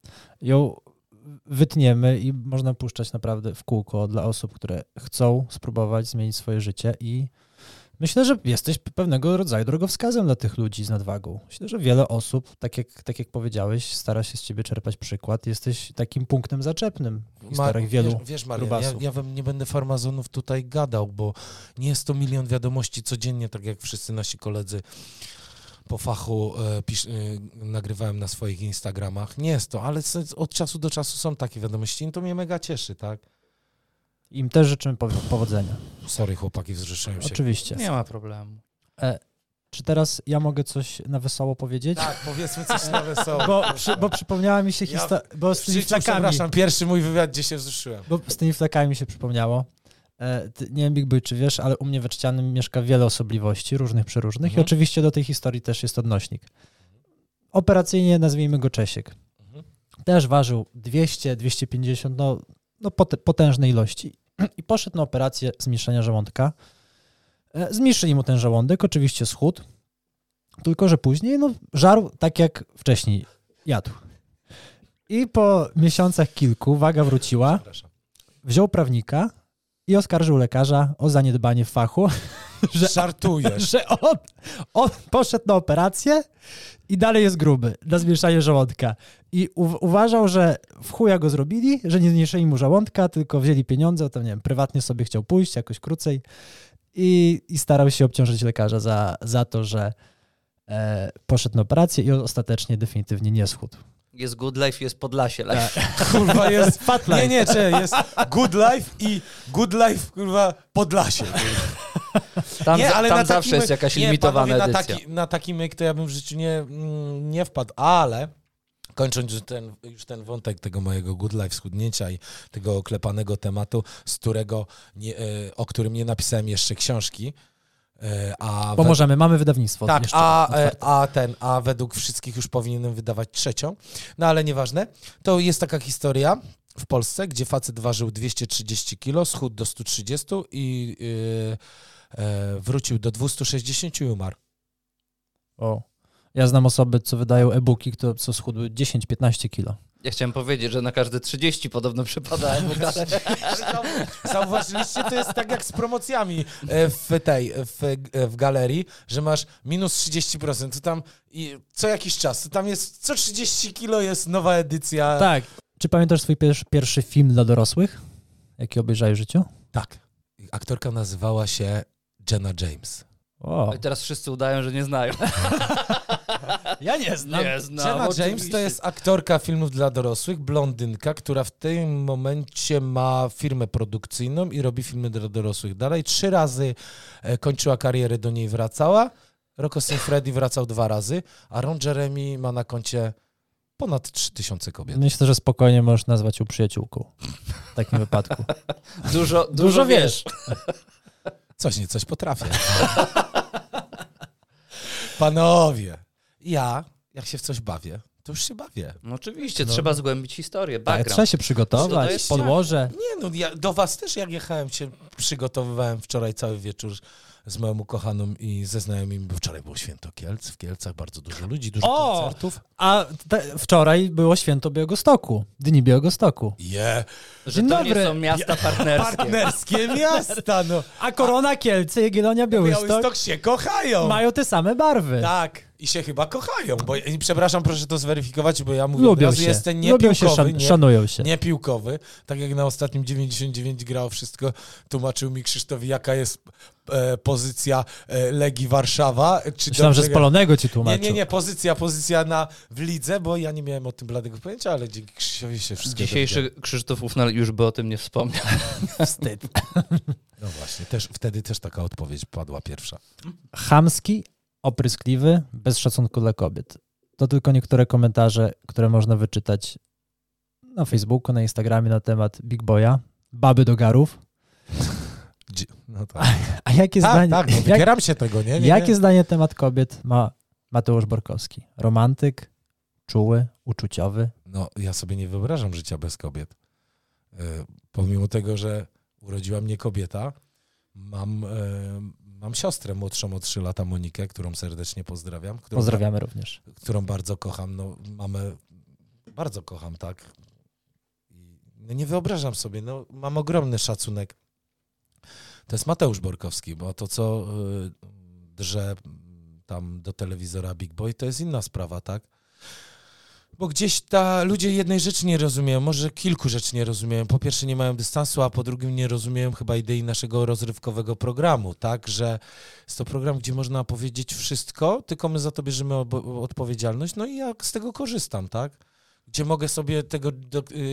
Ją wytniemy i można puszczać naprawdę w kółko dla osób, które chcą spróbować zmienić swoje życie i myślę, że jesteś pewnego rodzaju drogowskazem dla tych ludzi z nadwagą. Myślę, że wiele osób, tak jak, tak jak powiedziałeś, stara się z ciebie czerpać przykład. Jesteś takim punktem zaczepnym w historiach wielu Wiesz, wiesz Marian, ja, grubasów. ja wam nie będę farmazonów tutaj gadał, bo nie jest to milion wiadomości codziennie, tak jak wszyscy nasi koledzy po fachu e, pisz, e, nagrywałem na swoich Instagramach. Nie jest to, ale s- od czasu do czasu są takie wiadomości i to mnie mega cieszy, tak? Im też życzymy pow- powodzenia. Sorry chłopaki, wzruszyłem się. Oczywiście. Nie ma problemu. E, czy teraz ja mogę coś na wesoło powiedzieć? Tak, powiedzmy coś na wesoło. Bo, przy, bo przypomniała mi się Ja historia, bo z W tymi życiu, flakami, przepraszam, pierwszy mój wywiad, gdzie się wzruszyłem. bo z tymi flakami mi się przypomniało. E, ty, nie wiem, Big Boy, czy wiesz, ale u mnie we Trzcianym mieszka wiele osobliwości, różnych, przeróżnych Mhm. i oczywiście do tej historii też jest odnośnik. Operacyjnie nazwijmy go Czesiek. Mhm. Też ważył dwieście, dwieście pięćdziesiąt, no, no pot- potężne ilości. I poszedł na operację zmniejszenia żołądka. E, Zmniejszyli mu ten żołądek, oczywiście schudł, tylko że później no, żarł tak jak wcześniej jadł. I po miesiącach kilku waga wróciła, Przepraszam. wziął prawnika i oskarżył lekarza o zaniedbanie w fachu, że, Żartujesz. że on, on poszedł na operację i dalej jest gruby na zmniejszanie żołądka. I u, uważał, że w chuja go zrobili, że nie zmniejszyli mu żołądka, tylko wzięli pieniądze, to nie wiem, prywatnie sobie chciał pójść jakoś krócej i, i starał się obciążyć lekarza za, za to, że e, poszedł na operację i ostatecznie definitywnie nie schudł. Jest Good Life, jest Podlasie Life. Kurwa, jest... Fat life. Nie, nie, czy jest good life i good life, kurwa, Podlasie. Tam, Nie, za, ale tam na zawsze taki jest myk- jakaś nie, limitowana panowie, edycja. Na taki, na taki myk to ja bym w życiu nie, mm, nie wpadł, ale kończąc już ten, już ten wątek tego mojego good life schudnięcia i tego oklepanego tematu, z którego nie, e, o którym nie napisałem jeszcze książki, e, a Pomożemy, mamy wydawnictwo. tak, jeszcze a, e, otwarte. a ten, a według wszystkich już powinienem wydawać trzecią, no ale nieważne. To jest taka historia w Polsce, gdzie facet ważył dwieście trzydzieści kilo, schudł do stu trzydziestu i yy, e, wrócił do dwustu sześćdziesięciu i umarł. O. Ja znam osoby, co wydają e-booki, które, co schudły dziesięć piętnaście kilo. Ja chciałem powiedzieć, że na każde trzydzieści podobno przypada. Zauważyliście, to jest tak jak z promocjami e, w tej, w, e, w galerii, że masz minus trzydzieści procent, to tam i co jakiś czas, to tam jest, co trzydzieści kilo jest nowa edycja. Tak. Czy pamiętasz swój pierwszy, pierwszy film dla dorosłych? Jaki obejrzałeś w życiu? Tak. Aktorka nazywała się Jenna James. O. I teraz wszyscy udają, że nie znają. Ja nie znam. Nie znam. Jenna oczywiście. James to jest aktorka filmów dla dorosłych, blondynka, która w tym momencie ma firmę produkcyjną i robi filmy dla dorosłych dalej. Trzy razy e, kończyła karierę, do niej wracała. Rocco Siffredi wracał dwa razy, a Ron Jeremy ma na koncie ponad trzy tysiące kobiet. Myślę, że spokojnie możesz nazwać ją przyjaciółką w takim wypadku. Dużo, dużo, Dużo wiesz. Coś nie coś potrafię. Panowie, ja jak się w coś bawię, to już się bawię. No oczywiście, No. trzeba zgłębić historię, Tak, background. trzeba się To przygotować, jest- podłoże. Nie no, ja do was też jak jechałem się, przygotowywałem wczoraj cały wieczór z moją ukochaną i ze znajomymi, bo wczoraj było święto Kielc, w Kielcach bardzo dużo ludzi, dużo O! koncertów. A te, wczoraj było święto Białegostoku, Dni Białegostoku. Je, Że Dzień to dobry. nie są miasta partnerskie. partnerskie miasta, no. A Korona Kielce i Jagiellonia Białystok Białystok się kochają. mają te same barwy. Tak, i się chyba kochają, bo i przepraszam, proszę to zweryfikować, bo ja mówię, Lubią od razu się, jestem lubią się, niepiłkowy, szan- nie, szanują się. nie piłkowy, tak jak na ostatnim dziewięćdziesiąt dziewięć grało wszystko, tłumaczył mi Krzysztof, jaka jest e, pozycja e, Legii Warszawa. Czy Myślałem, że dobrze z Polonego ci Nie, tłumaczył. nie, nie, pozycja, pozycja na, w lidze, bo ja nie miałem o tym bladego pojęcia, ale dzięki Krzysiowi się wszystko Dzisiejszy Krzysztof Ufnal już by o tym nie wspomniał. Wstyd. dowiedziałem. No właśnie, też, wtedy też taka odpowiedź padła pierwsza. Chamski, opryskliwy, bez szacunku dla kobiet. To tylko niektóre komentarze, które można wyczytać na Facebooku, na Instagramie na temat Big Boya, baby do garów. Dzie- No tak, A jakie tak, zdanie, tak no, jak, wybieram się tego, nie? nie, jakie nie. zdanie temat kobiet ma Mateusz Borkowski? Romantyk, czuły, uczuciowy. No, ja sobie nie wyobrażam życia bez kobiet. E, pomimo tego, że urodziła mnie kobieta, mam, e, mam siostrę młodszą o trzy lata, Monikę, którą serdecznie pozdrawiam. Którą, Pozdrawiamy również. Którą bardzo kocham. No, mamę bardzo kocham, tak. I no, nie wyobrażam sobie, no, mam ogromny szacunek. To jest Mateusz Borkowski, bo to, co y, drze tam do telewizora Big Boy, to jest inna sprawa, tak? Bo gdzieś ta, ludzie jednej rzeczy nie rozumieją, może kilku rzeczy nie rozumieją. Po pierwsze nie mają dystansu, a po drugim nie rozumieją chyba idei naszego rozrywkowego programu, tak? Że jest to program, gdzie można powiedzieć wszystko, tylko my za to bierzemy obo- odpowiedzialność, no i ja z tego korzystam, tak? Gdzie mogę sobie tego, do, y,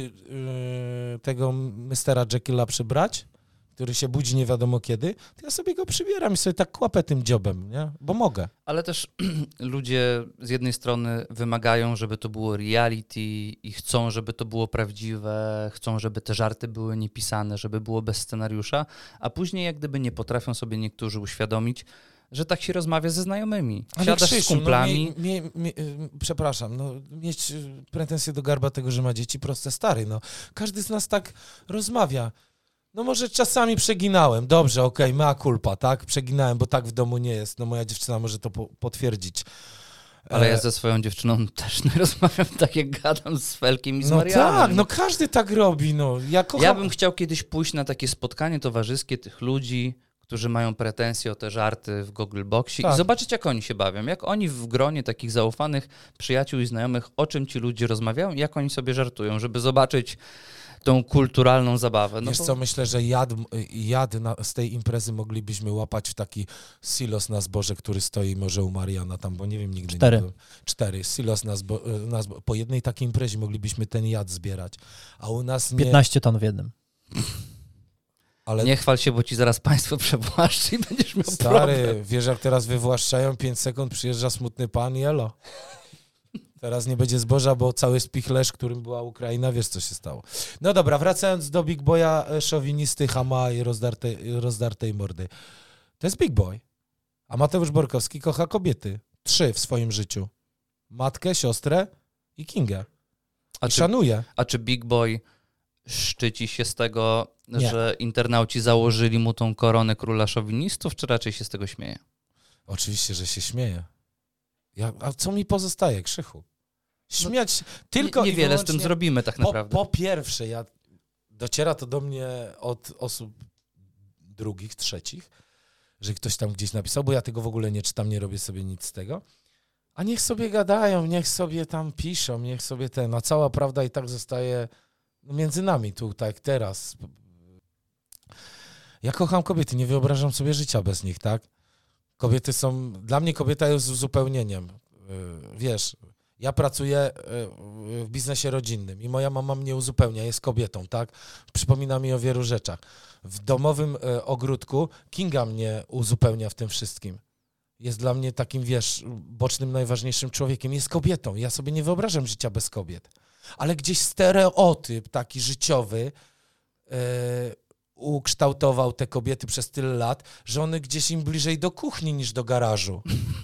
y, tego mistera Jekylla przybrać, który się budzi nie wiadomo kiedy, to ja sobie go przybieram i sobie tak kłapę tym dziobem, nie? Bo mogę. Ale też ludzie z jednej strony wymagają, żeby to było reality i chcą, żeby to było prawdziwe, chcą, żeby te żarty były niepisane, żeby było bez scenariusza, a później jak gdyby nie potrafią sobie niektórzy uświadomić, że tak się rozmawia ze znajomymi. Ale Siadasz Krzysiu, z kumplami. No, mie, mie, mie, y, przepraszam, no, mieć y, pretensje do Garba tego, że ma dzieci, proste stary, no. Każdy z nas tak rozmawia. No może czasami przeginałem, dobrze, okej, mea culpa, tak? Przeginałem, bo tak w domu nie jest. No moja dziewczyna może to po, potwierdzić. Ale E, ja ze swoją dziewczyną też nie rozmawiam tak, jak gadam z Felkiem i z No Marianem. tak, no każdy tak robi, no. Ja kocham... Ja bym chciał kiedyś pójść na takie spotkanie towarzyskie tych ludzi, którzy mają pretensje o te żarty w Google Boxie Tak. i zobaczyć, jak oni się bawią, jak oni w gronie takich zaufanych przyjaciół i znajomych, o czym ci ludzie rozmawiają i jak oni sobie żartują, żeby zobaczyć tą kulturalną zabawę. No Wiesz bo- co, myślę, że jad, jad na, z tej imprezy moglibyśmy łapać w taki silos na zboże, który stoi może u Mariana tam, bo nie wiem, nigdy Cztery. nie byłem. Cztery. Silos na, zbo, na zbo, po jednej takiej imprezie moglibyśmy ten jad zbierać, a u nas nie... piętnaście ton w jednym. Ale Nie chwal się, bo ci zaraz państwo przewłaszczy i będziesz miał stary, problem. wiesz jak teraz wywłaszczają, pięć sekund przyjeżdża smutny pan i elo. Teraz nie będzie zboża, bo cały spichlerz, którym była Ukraina, wiesz co się stało. No dobra, wracając do Big Boya, e, szowinisty, chama i rozdartej, rozdartej mordy. To jest Big Boy. A Mateusz Borkowski kocha kobiety. Trzy w swoim życiu. Matkę, siostrę i Kingę. A I czy, szanuje. a czy Big Boy szczyci się z tego, Nie. że internauci założyli mu tą koronę króla szowinistów, czy raczej się z tego śmieje? Oczywiście, że się śmieje. Ja, a co mi pozostaje, Krzychu? Śmiać się tylko Nie, i niewiele z tym wyłącznie- zrobimy tak Po, naprawdę. po pierwsze, ja, dociera to do mnie od osób drugich, trzecich, że ktoś tam gdzieś napisał, bo ja tego w ogóle nie czytam, nie robię sobie nic z tego. A niech sobie gadają, niech sobie tam piszą, niech sobie ten, a cała prawda i tak zostaje no, między nami tu, tak jak teraz. Ja kocham kobiety, nie wyobrażam sobie życia bez nich, tak? Kobiety są, dla mnie kobieta jest uzupełnieniem. Yy, Wiesz, ja pracuję yy, w biznesie rodzinnym i moja mama mnie uzupełnia, jest kobietą, tak? Przypomina mi o wielu rzeczach. W domowym yy, ogródku Kinga mnie uzupełnia w tym wszystkim. jest dla mnie takim, wiesz, bocznym, najważniejszym człowiekiem. Jest kobietą. Ja sobie nie wyobrażam życia bez kobiet. Ale gdzieś stereotyp taki życiowy yy, ukształtował te kobiety przez tyle lat, że one gdzieś im bliżej do kuchni niż do garażu.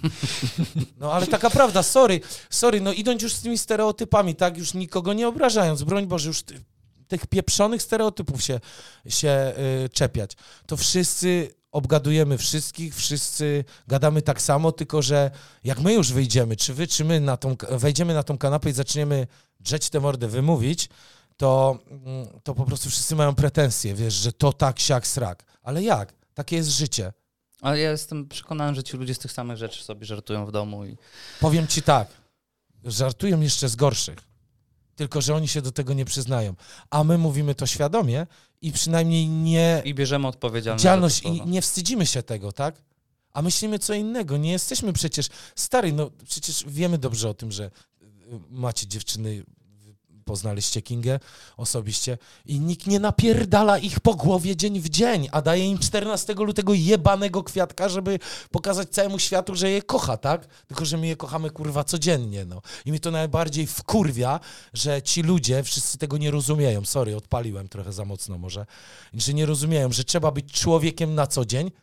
No ale taka prawda, sorry, sorry, no idąc już z tymi stereotypami, tak, już nikogo nie obrażając, broń Boże, już ty, tych pieprzonych stereotypów się, się yy, czepiać, to wszyscy obgadujemy wszystkich, wszyscy gadamy tak samo, tylko że jak my już wyjdziemy, czy wy, czy my na tą, wejdziemy na tą kanapę i zaczniemy drzeć tę mordę, wymówić, to, to po prostu wszyscy mają pretensje, wiesz, że to tak, siak, srak. Ale jak? Takie jest życie. Ale ja jestem przekonany, że ci ludzie z tych samych rzeczy sobie żartują w domu. I... Powiem ci tak, żartują jeszcze z gorszych, tylko że oni się do tego nie przyznają. A my mówimy to świadomie i przynajmniej nie... I bierzemy odpowiedzialność. Działalność i nie wstydzimy się tego, tak? A myślimy co innego. Nie jesteśmy przecież... Stary, no przecież wiemy dobrze o tym, że macie dziewczyny... Poznaliście Kingę osobiście i nikt nie napierdala ich po głowie dzień w dzień, a daje im czternastego lutego jebanego kwiatka, żeby pokazać całemu światu, że je kocha, tak? Tylko, że my je kochamy, kurwa, codziennie, no. I mnie to najbardziej wkurwia, że ci ludzie wszyscy tego nie rozumieją. Sorry, odpaliłem trochę za mocno może. Że nie rozumieją, że trzeba być człowiekiem na co dzień,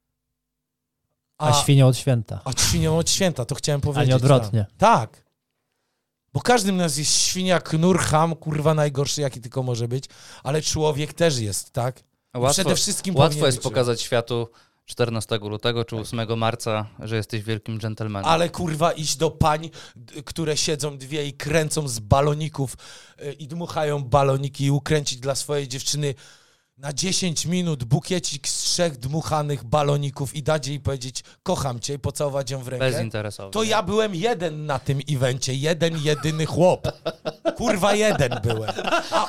a, a świnią od święta. A świnią od święta, to chciałem powiedzieć. A nie odwrotnie. Tak. tak. Bo każdy z nas jest świnia, knur, cham, kurwa najgorszy, jaki tylko może być, ale człowiek też jest, tak? Łatwo, Przede wszystkim łatwo jest pokazać światu czternastego lutego czy ósmego marca, że jesteś wielkim dżentelmenem. Ale kurwa iść do pań, które siedzą dwie i kręcą z baloników yy, i dmuchają baloniki i ukręcić dla swojej dziewczyny na dziesięć minut bukiecik z trzech dmuchanych baloników i dać jej powiedzieć kocham cię i pocałować ją w rękę. Bezinteresownie. To ja byłem jeden na tym evencie, jeden, jedyny chłop. Kurwa jeden byłem. A,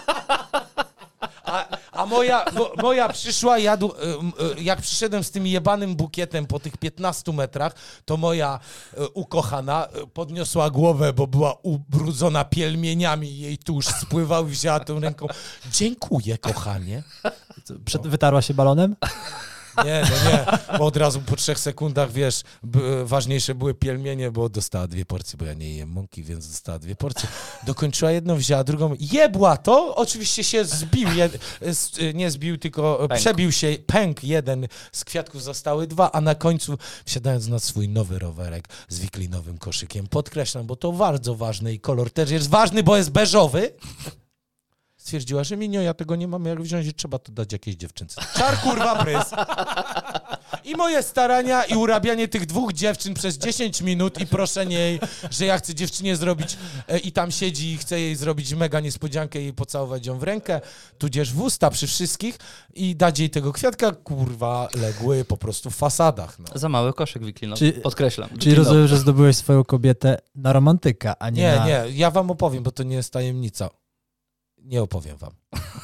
a, a moja, bo, moja przyszła, jadł, jak przyszedłem z tym jebanym bukietem po tych piętnastu metrach, to moja ukochana podniosła głowę, bo była ubrudzona pielmieniami i jej tusz spływał i wzięła tą ręką. Dziękuję, kochanie. Przed, wytarła się balonem? Nie, no nie, bo od razu po trzech sekundach, wiesz, b- ważniejsze były pielmienie, bo dostała dwie porcje, bo ja nie jem mąki, więc dostała dwie porcje. Dokończyła jedną, wzięła drugą, jebła to, oczywiście się zbił, jed- nie zbił, tylko pęk. przebił się, pęk jeden, z kwiatków zostały dwa, a na końcu, wsiadając na swój nowy rowerek z wiklinowym koszykiem, podkreślam, bo to bardzo ważne i kolor też jest ważny, bo jest beżowy, stwierdziła, że minio, ja tego nie mam jak wziąć i trzeba to dać jakiejś dziewczynce. Czar, kurwa, prys. I moje starania i urabianie tych dwóch dziewczyn przez dziesięć minut i proszenie jej, że ja chcę dziewczynie zrobić e, i tam siedzi i chcę jej zrobić mega niespodziankę i pocałować ją w rękę, tudzież w usta przy wszystkich i dać jej tego kwiatka, kurwa, legły po prostu w fasadach. No. Za mały koszyk wiklinowy, Czy, podkreślam. Czyli wiklinowy. rozumiem, że zdobyłeś swoją kobietę na romantyka, a nie, Nie, na... nie, ja wam opowiem, bo to nie jest tajemnica. Nie opowiem wam.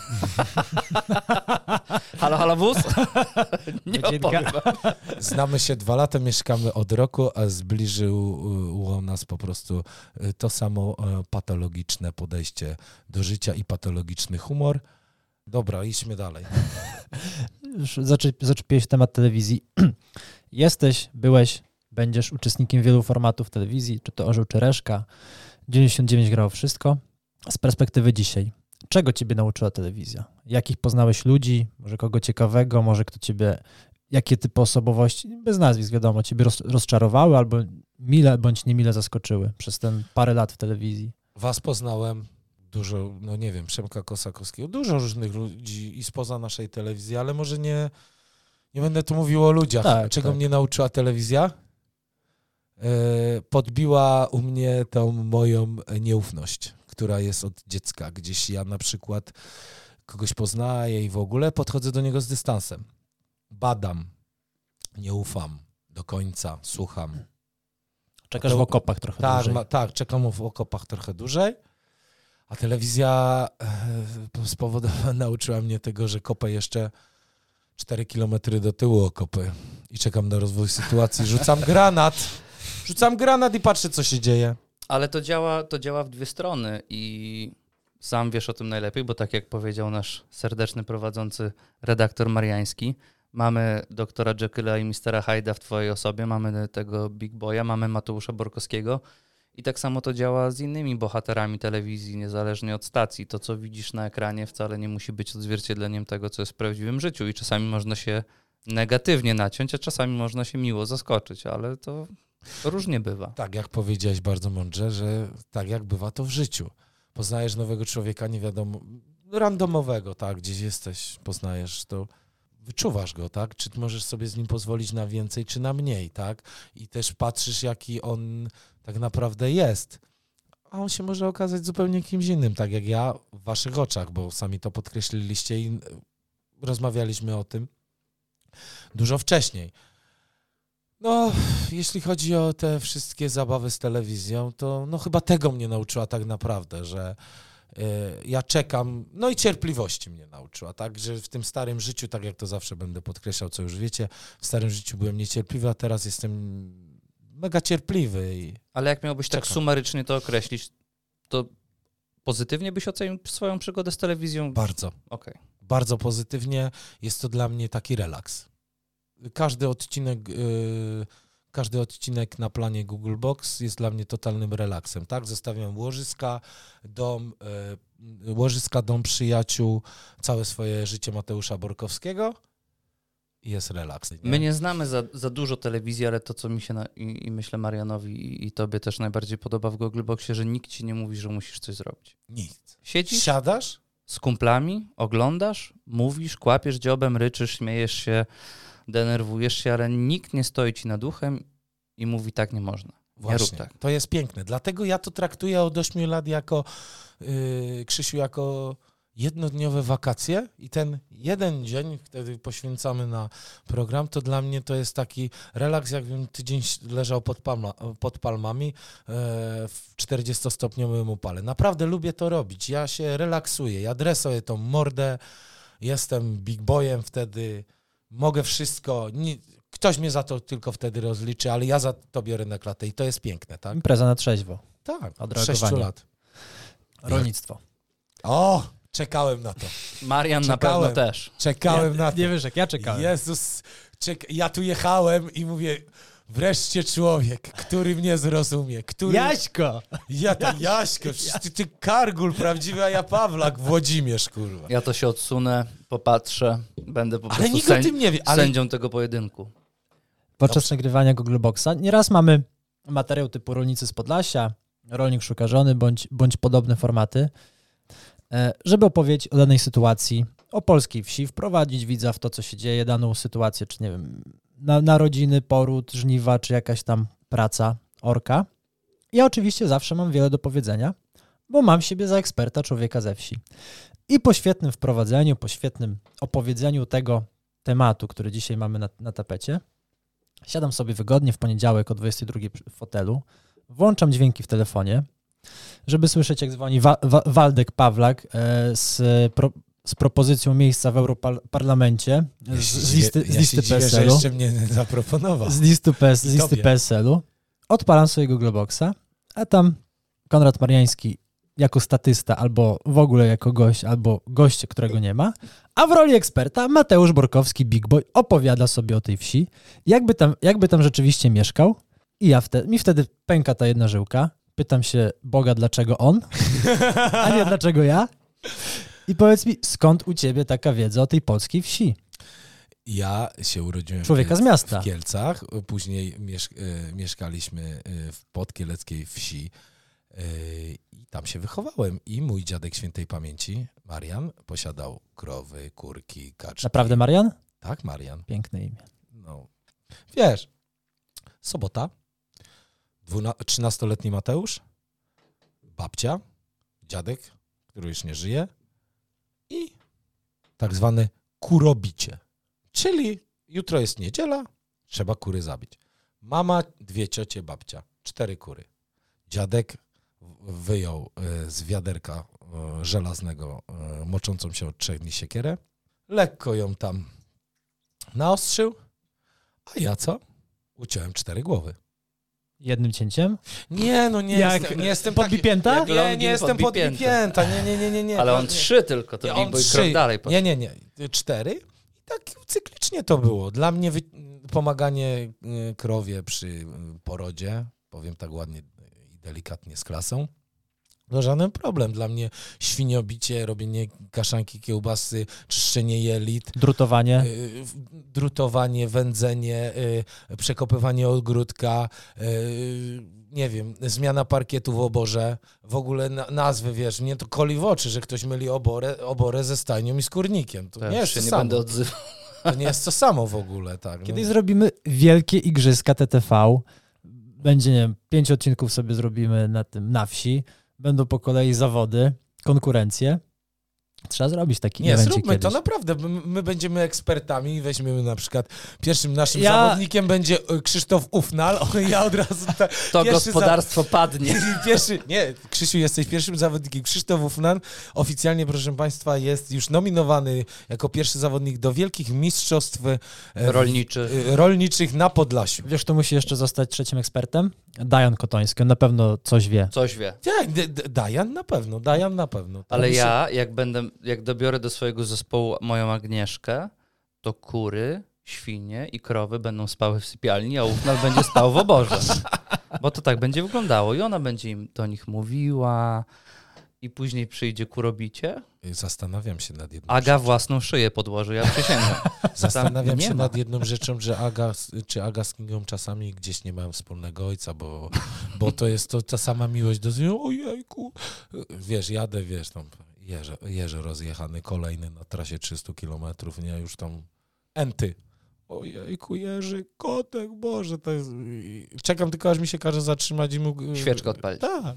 Halo, halo, wóz? Nie Godzinka. opowiem. Znamy się dwa lata, mieszkamy od roku, a zbliżyło nas po prostu to samo patologiczne podejście do życia i patologiczny humor. Dobra, idźmy dalej. Już zaczep- zaczepiłeś temat telewizji. Jesteś, byłeś, będziesz uczestnikiem wielu formatów telewizji, czy to Orzeł, czy Reszka. dziewięćdziesiąt dziewięć grało wszystko. Z perspektywy dzisiaj, czego ciebie nauczyła telewizja? Jakich poznałeś ludzi? Może kogo ciekawego? Może kto ciebie... Jakie typy osobowości, bez nazwisk wiadomo, ciebie roz, rozczarowały albo mile bądź niemile zaskoczyły przez ten parę lat w telewizji? Was poznałem dużo, no nie wiem, Przemka Kosakowskiego, dużo różnych ludzi i spoza naszej telewizji, ale może nie, nie będę tu mówił o ludziach. Tak, Czego tak. mnie nauczyła telewizja? Yy, podbiła u mnie tą moją nieufność, która jest od dziecka. Gdzieś ja na przykład kogoś poznaję i w ogóle podchodzę do niego z dystansem. Badam, nie ufam do końca, słucham. Czekasz to, w okopach trochę tak, dłużej. ma, tak, czekam w okopach trochę dłużej, a telewizja e, spowodowa, nauczyła mnie tego, że kopę jeszcze cztery kilometry do tyłu okopy i czekam na rozwój sytuacji. Rzucam granat, rzucam granat i patrzę, co się dzieje. Ale to działa, to działa w dwie strony i sam wiesz o tym najlepiej, bo tak jak powiedział nasz serdeczny prowadzący redaktor Mariański, Mamy doktora Jekylla i mistera Hyde'a w twojej osobie, mamy tego Big Boya, mamy Mateusza Borkowskiego i tak samo to działa z innymi bohaterami telewizji, niezależnie od stacji. To, co widzisz na ekranie, wcale nie musi być odzwierciedleniem tego, co jest w prawdziwym życiu i czasami można się negatywnie naciąć, a czasami można się miło zaskoczyć, ale to różnie bywa. Tak, jak powiedziałeś bardzo mądrze, że tak jak bywa to w życiu. Poznajesz nowego człowieka, nie wiadomo, randomowego, tak, gdzieś jesteś, poznajesz to, wyczuwasz go, tak, czy możesz sobie z nim pozwolić na więcej, czy na mniej, tak, i też patrzysz, jaki on tak naprawdę jest, a on się może okazać zupełnie kimś innym, tak jak ja w waszych oczach, bo sami to podkreśliliście i rozmawialiśmy o tym dużo wcześniej. No, jeśli chodzi o te wszystkie zabawy z telewizją, to no chyba tego mnie nauczyła tak naprawdę, że y, ja czekam, no i cierpliwości mnie nauczyła, tak, że w tym starym życiu, tak jak to zawsze będę podkreślał, co już wiecie, w starym życiu byłem niecierpliwy, a teraz jestem mega cierpliwy. I Ale jak miałbyś czekam. tak sumarycznie to określić, to pozytywnie byś ocenił swoją przygodę z telewizją? Bardzo, Okej. bardzo pozytywnie, jest to dla mnie taki relaks. Każdy odcinek, yy, każdy odcinek na planie Google Box jest dla mnie totalnym relaksem, tak? Zostawiam łożyska, dom, yy, łożyska, dom przyjaciół, całe swoje życie Mateusza Borkowskiego i jest relaks. Nie? My nie znamy za, za dużo telewizji, ale to, co mi się na, i, i myślę Marianowi i, i tobie też najbardziej podoba w Google Boxie, że nikt ci nie mówi, że musisz coś zrobić. Nic. Siedzisz Siadasz? z kumplami, oglądasz, mówisz, kłapiesz dziobem, ryczysz, śmiejesz się, denerwujesz się, ale nikt nie stoi ci nad uchem i mówi tak nie można. Nie Właśnie, rób tak. to jest piękne. Dlatego ja to traktuję od ośmiu lat jako, yy, Krzysiu, jako jednodniowe wakacje i ten jeden dzień, który poświęcamy na program, to dla mnie to jest taki relaks, jakbym tydzień leżał pod, palma, pod palmami yy, w czterdziestostopniowym upale. Naprawdę lubię to robić. Ja się relaksuję, ja dresuję tą mordę, jestem big boyem wtedy, mogę wszystko, nie, ktoś mnie za to tylko wtedy rozliczy, ale ja za to biorę na klatę i to jest piękne, tak? Impreza na trzeźwo. Tak, od Odreagowanie. sześciu lat. Rolnictwo. O, czekałem na to. Marian Czekałem. na pewno też. Czekałem na to. Nie wiesz, jak ja czekałem. Jezus, czek- ja tu jechałem i mówię, wreszcie człowiek, który mnie zrozumie, który... Jaśko! Ja ta Jaśko, ty, ty Kargul prawdziwy, a ja Pawlak, Włodzimierz, kurwa. Ja to się odsunę, popatrzę, będę po Ale prostu nikt o sędzi- tym nie wie, ale... sędzią tego pojedynku. Podczas Dobrze. nagrywania Google Boxa nieraz mamy materiał typu Rolnicy z Podlasia, Rolnik szuka żony, bądź, bądź podobne formaty, e, żeby opowiedzieć o danej sytuacji, o polskiej wsi, wprowadzić widza w to, co się dzieje, daną sytuację, czy nie wiem, na, narodziny, poród, żniwa, czy jakaś tam praca orka. Ja oczywiście zawsze mam wiele do powiedzenia, bo mam siebie za eksperta człowieka ze wsi. I po świetnym wprowadzeniu, po świetnym opowiedzeniu tego tematu, który dzisiaj mamy na, na tapecie, siadam sobie wygodnie w poniedziałek o dwudziestej drugiej w fotelu, włączam dźwięki w telefonie, żeby słyszeć, jak dzwoni Wa- Wa- Waldek Pawlak e, z, pro, z propozycją miejsca w Europarlamencie z, z listy, z listy ja się P dziwię, S że L u. jeszcze mnie zaproponował. Z listy, P S, z I listy tobie. P S L u. Odpalam sobie Google Boxa, a tam Konrad Mariański jako statysta, albo w ogóle jako gość, albo gość, którego nie ma, a w roli eksperta Mateusz Borkowski, Big Boy, opowiada sobie o tej wsi, jakby tam, jakby tam rzeczywiście mieszkał i ja wtedy, mi wtedy pęka ta jedna żyłka, pytam się Boga, dlaczego on, a nie dlaczego ja. I powiedz mi, skąd u ciebie taka wiedza o tej polskiej wsi? Ja się urodziłem Człowieka w, z miasta. w Kielcach, później mieszk- e, mieszkaliśmy e, w podkieleckiej wsi e, i tam się wychowałem. I mój dziadek świętej pamięci, Marian, posiadał krowy, kurki, kaczki. Naprawdę, Marian? Tak, Marian. Piękne imię. No. Wiesz, sobota, dwuna- trzynastoletni Mateusz, babcia, dziadek, który już nie żyje i tak zwane kurobicie. Czyli jutro jest niedziela, trzeba kury zabić. Mama, dwie ciocie, babcia, cztery kury. Dziadek wyjął e, z wiaderka e, żelaznego, e, moczącą się od trzech dni siekierę, lekko ją tam naostrzył, a ja co? Uciąłem cztery głowy. Jednym cięciem? Nie, no nie Jak jestem, nie jestem taki... podbipięta? Jak Nie, Longin nie jestem podbipięta. podbipięta, nie, nie, nie, nie, nie. Ale to on nie. trzy tylko, to Nie, Big on Boy trzy. krok dalej. Nie, nie, nie, cztery. I tak tak cyklicznie to było. Dla mnie wy... pomaganie krowie przy porodzie, powiem tak ładnie i delikatnie z klasą, no żaden problem. Dla mnie świniobicie, robienie kaszanki, kiełbasy, czyszczenie jelit, Drutowanie. y, drutowanie, wędzenie, y, przekopywanie ogródka, y, nie wiem, zmiana parkietu w oborze, w ogóle na, nazwy, wiesz, mnie to koli w oczy, że ktoś myli oborę, oborę ze stajnią i skórnikiem. To Ja nie jest się to nie samo. będę odzywał. To nie jest to samo w ogóle, tak. Kiedyś no. zrobimy wielkie igrzyska T T V. Będzie, nie wiem, pięć odcinków sobie zrobimy na tym, na wsi. Będą po kolei zawody, konkurencje. Trzeba zrobić taki Nie, evencik zróbmy kiedyś. to naprawdę. My, my będziemy ekspertami i weźmiemy na przykład pierwszym naszym Ja- zawodnikiem będzie e, Krzysztof Ufnal. O, ja od razu... Ta, To pierwszy gospodarstwo padnie. Za, pierwszy, nie, Krzysiu, jesteś pierwszym zawodnikiem. Krzysztof Ufnal oficjalnie, proszę Państwa, jest już nominowany jako pierwszy zawodnik do wielkich mistrzostw e, Rolniczy. e, rolniczych na Podlasiu. Wiesz, kto musi jeszcze zostać trzecim ekspertem? Dajan Kotoński. On na pewno coś wie. Coś wie. Tak, D- D- Dajan na pewno, Dajan na pewno. To Ale mi się- ja, jak będę, jak dobiorę do swojego zespołu moją Agnieszkę, to kury, świnie i krowy będą spały w sypialni, a Ufnal będzie spał w oborze. Bo to tak będzie wyglądało i ona będzie im do nich mówiła i później przyjdzie kurobicie. Zastanawiam się nad jedną Aga własną szyję podłoży, ja przysięgam. Zastanawiam nie się ma. nad jedną rzeczą, że Aga, czy Aga z Kingą czasami gdzieś nie mają wspólnego ojca, bo, bo to jest to ta sama miłość do zwierząt. Ojejku. Wiesz, jadę, wiesz, tam jeże, jeże rozjechany, kolejny na trasie trzysta kilometrów, nie, już tam enty. Ojejku, Jerzy, kotek, Boże, to jest... Czekam tylko, aż mi się każe zatrzymać i mógł... Świeczkę odpalić. Tak.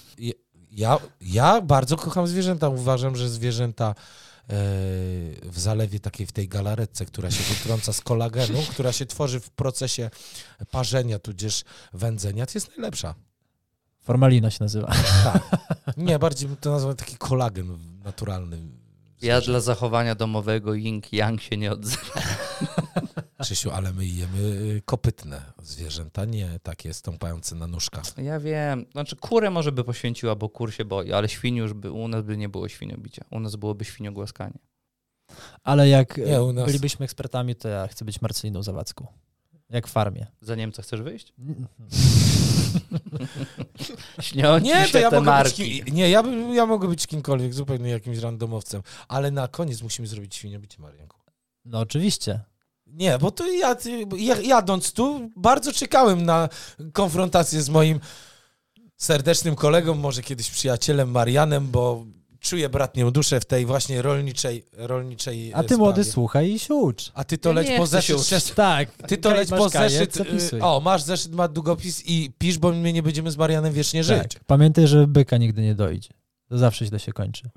Ja, ja bardzo kocham zwierzęta. Uważam, że zwierzęta e, w zalewie takiej, w tej galaretce, która się wytrąca z kolagenu, która się tworzy w procesie parzenia, tudzież wędzenia, to jest najlepsza. Formalina się nazywa. Tak. Nie, bardziej bym to nazwał taki kolagen naturalny. Ja dla zachowania domowego yin-yang się nie odzywam. Krzysiu, ale my jemy kopytne zwierzęta, nie takie stąpające na nóżkach. Ja wiem. Znaczy kurę może by poświęciła, bo kur się boi, ale świni już by, u nas by nie było świniobicia. U nas byłoby świniogłaskanie. Ale jak Nie, u nas- bylibyśmy ekspertami, to ja chcę być Marceliną Zawadzką. Jak w farmie. Za Niemca chcesz wyjść? Śnią ci Nie, się to ja te mogę marki. być kim, nie, ja, by, ja mogę być kimkolwiek, zupełnie jakimś randomowcem, ale na koniec musimy zrobić świniobicie, Marianku. No oczywiście. Nie, bo to ja, ja jadąc tu bardzo czekałem na konfrontację z moim serdecznym kolegą, może kiedyś przyjacielem Marianem, bo czuję bratnią duszę w tej właśnie rolniczej rolniczej A ty sprawie. młody słuchaj i się ucz. A ty to Ja leć nie po chcę zeszyt. się Przez... Tak. Ty to leć masz po kajet, zeszyt. zapisuj. y, O, masz zeszyt, masz długopis i pisz, bo my nie będziemy z Marianem wiecznie żyć. Tak. Pamiętaj, że byka nigdy nie dojdzie. To zawsze źle się kończy.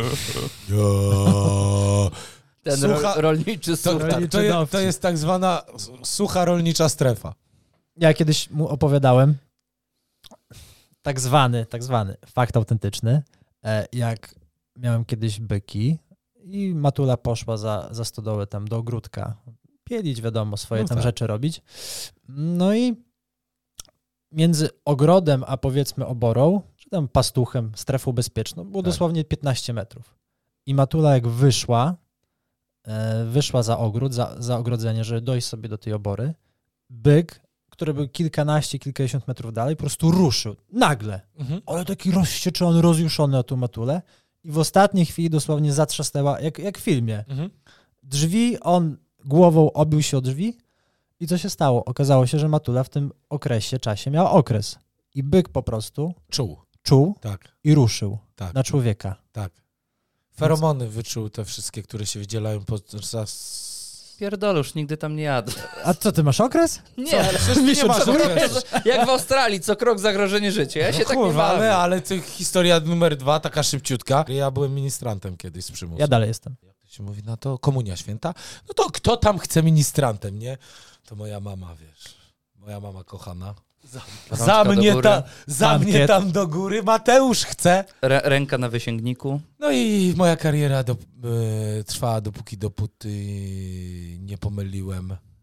Ten Słucha- ro, rolniczy To, słuch. tak, to, je, to jest tak zwana sucha rolnicza strefa. Ja kiedyś mu opowiadałem tak zwany, tak zwany fakt autentyczny, e, jak miałem kiedyś byki i Matula poszła za, za stodołę tam do ogródka pielić, wiadomo, swoje No tam tak. rzeczy robić. No i między ogrodem a powiedzmy oborą, czy tam pastuchem, strefą bezpieczną, było Tak. dosłownie piętnaście metrów. I Matula jak wyszła, e, wyszła za ogród, za, za ogrodzenie, żeby dojść sobie do tej obory, byk, który był kilkanaście, kilkadziesiąt metrów dalej, po prostu ruszył. Nagle. Mhm. Ale taki rozwścieczony, rozjuszony na tą Matulę i w ostatniej chwili dosłownie zatrzasnęła, jak, jak w filmie. Mhm. Drzwi, on głową obił się o drzwi i co się stało? Okazało się, że Matula w tym okresie, czasie miała okres. I byk po prostu Czuł. czuł Tak, i ruszył tak, na człowieka. tak. Feromony wyczuł te wszystkie, które się wydzielają podczas... Pierdolę, już nigdy tam nie jadę. A co, ty masz okres? Nie, ale Przecież nie masz okresu. jak w Australii, co krok zagrożenie życia. Ja się No tak nie kurwa, bawię. ale, ale to historia numer dwa, taka szybciutka. Ja byłem ministrantem kiedyś z przymusu. Ja dalej jestem. Jak to się mówi na to? Komunia święta. No to kto tam chce ministrantem, nie? To moja mama, wiesz. Moja mama kochana. Za, Rączka za do mnie, góry. ta, za Bankiet. mnie tam do góry. Mateusz chce. Rę- ręka na wysięgniku. No i moja kariera do, e, trwała dopóki dopóty nie pomyliłem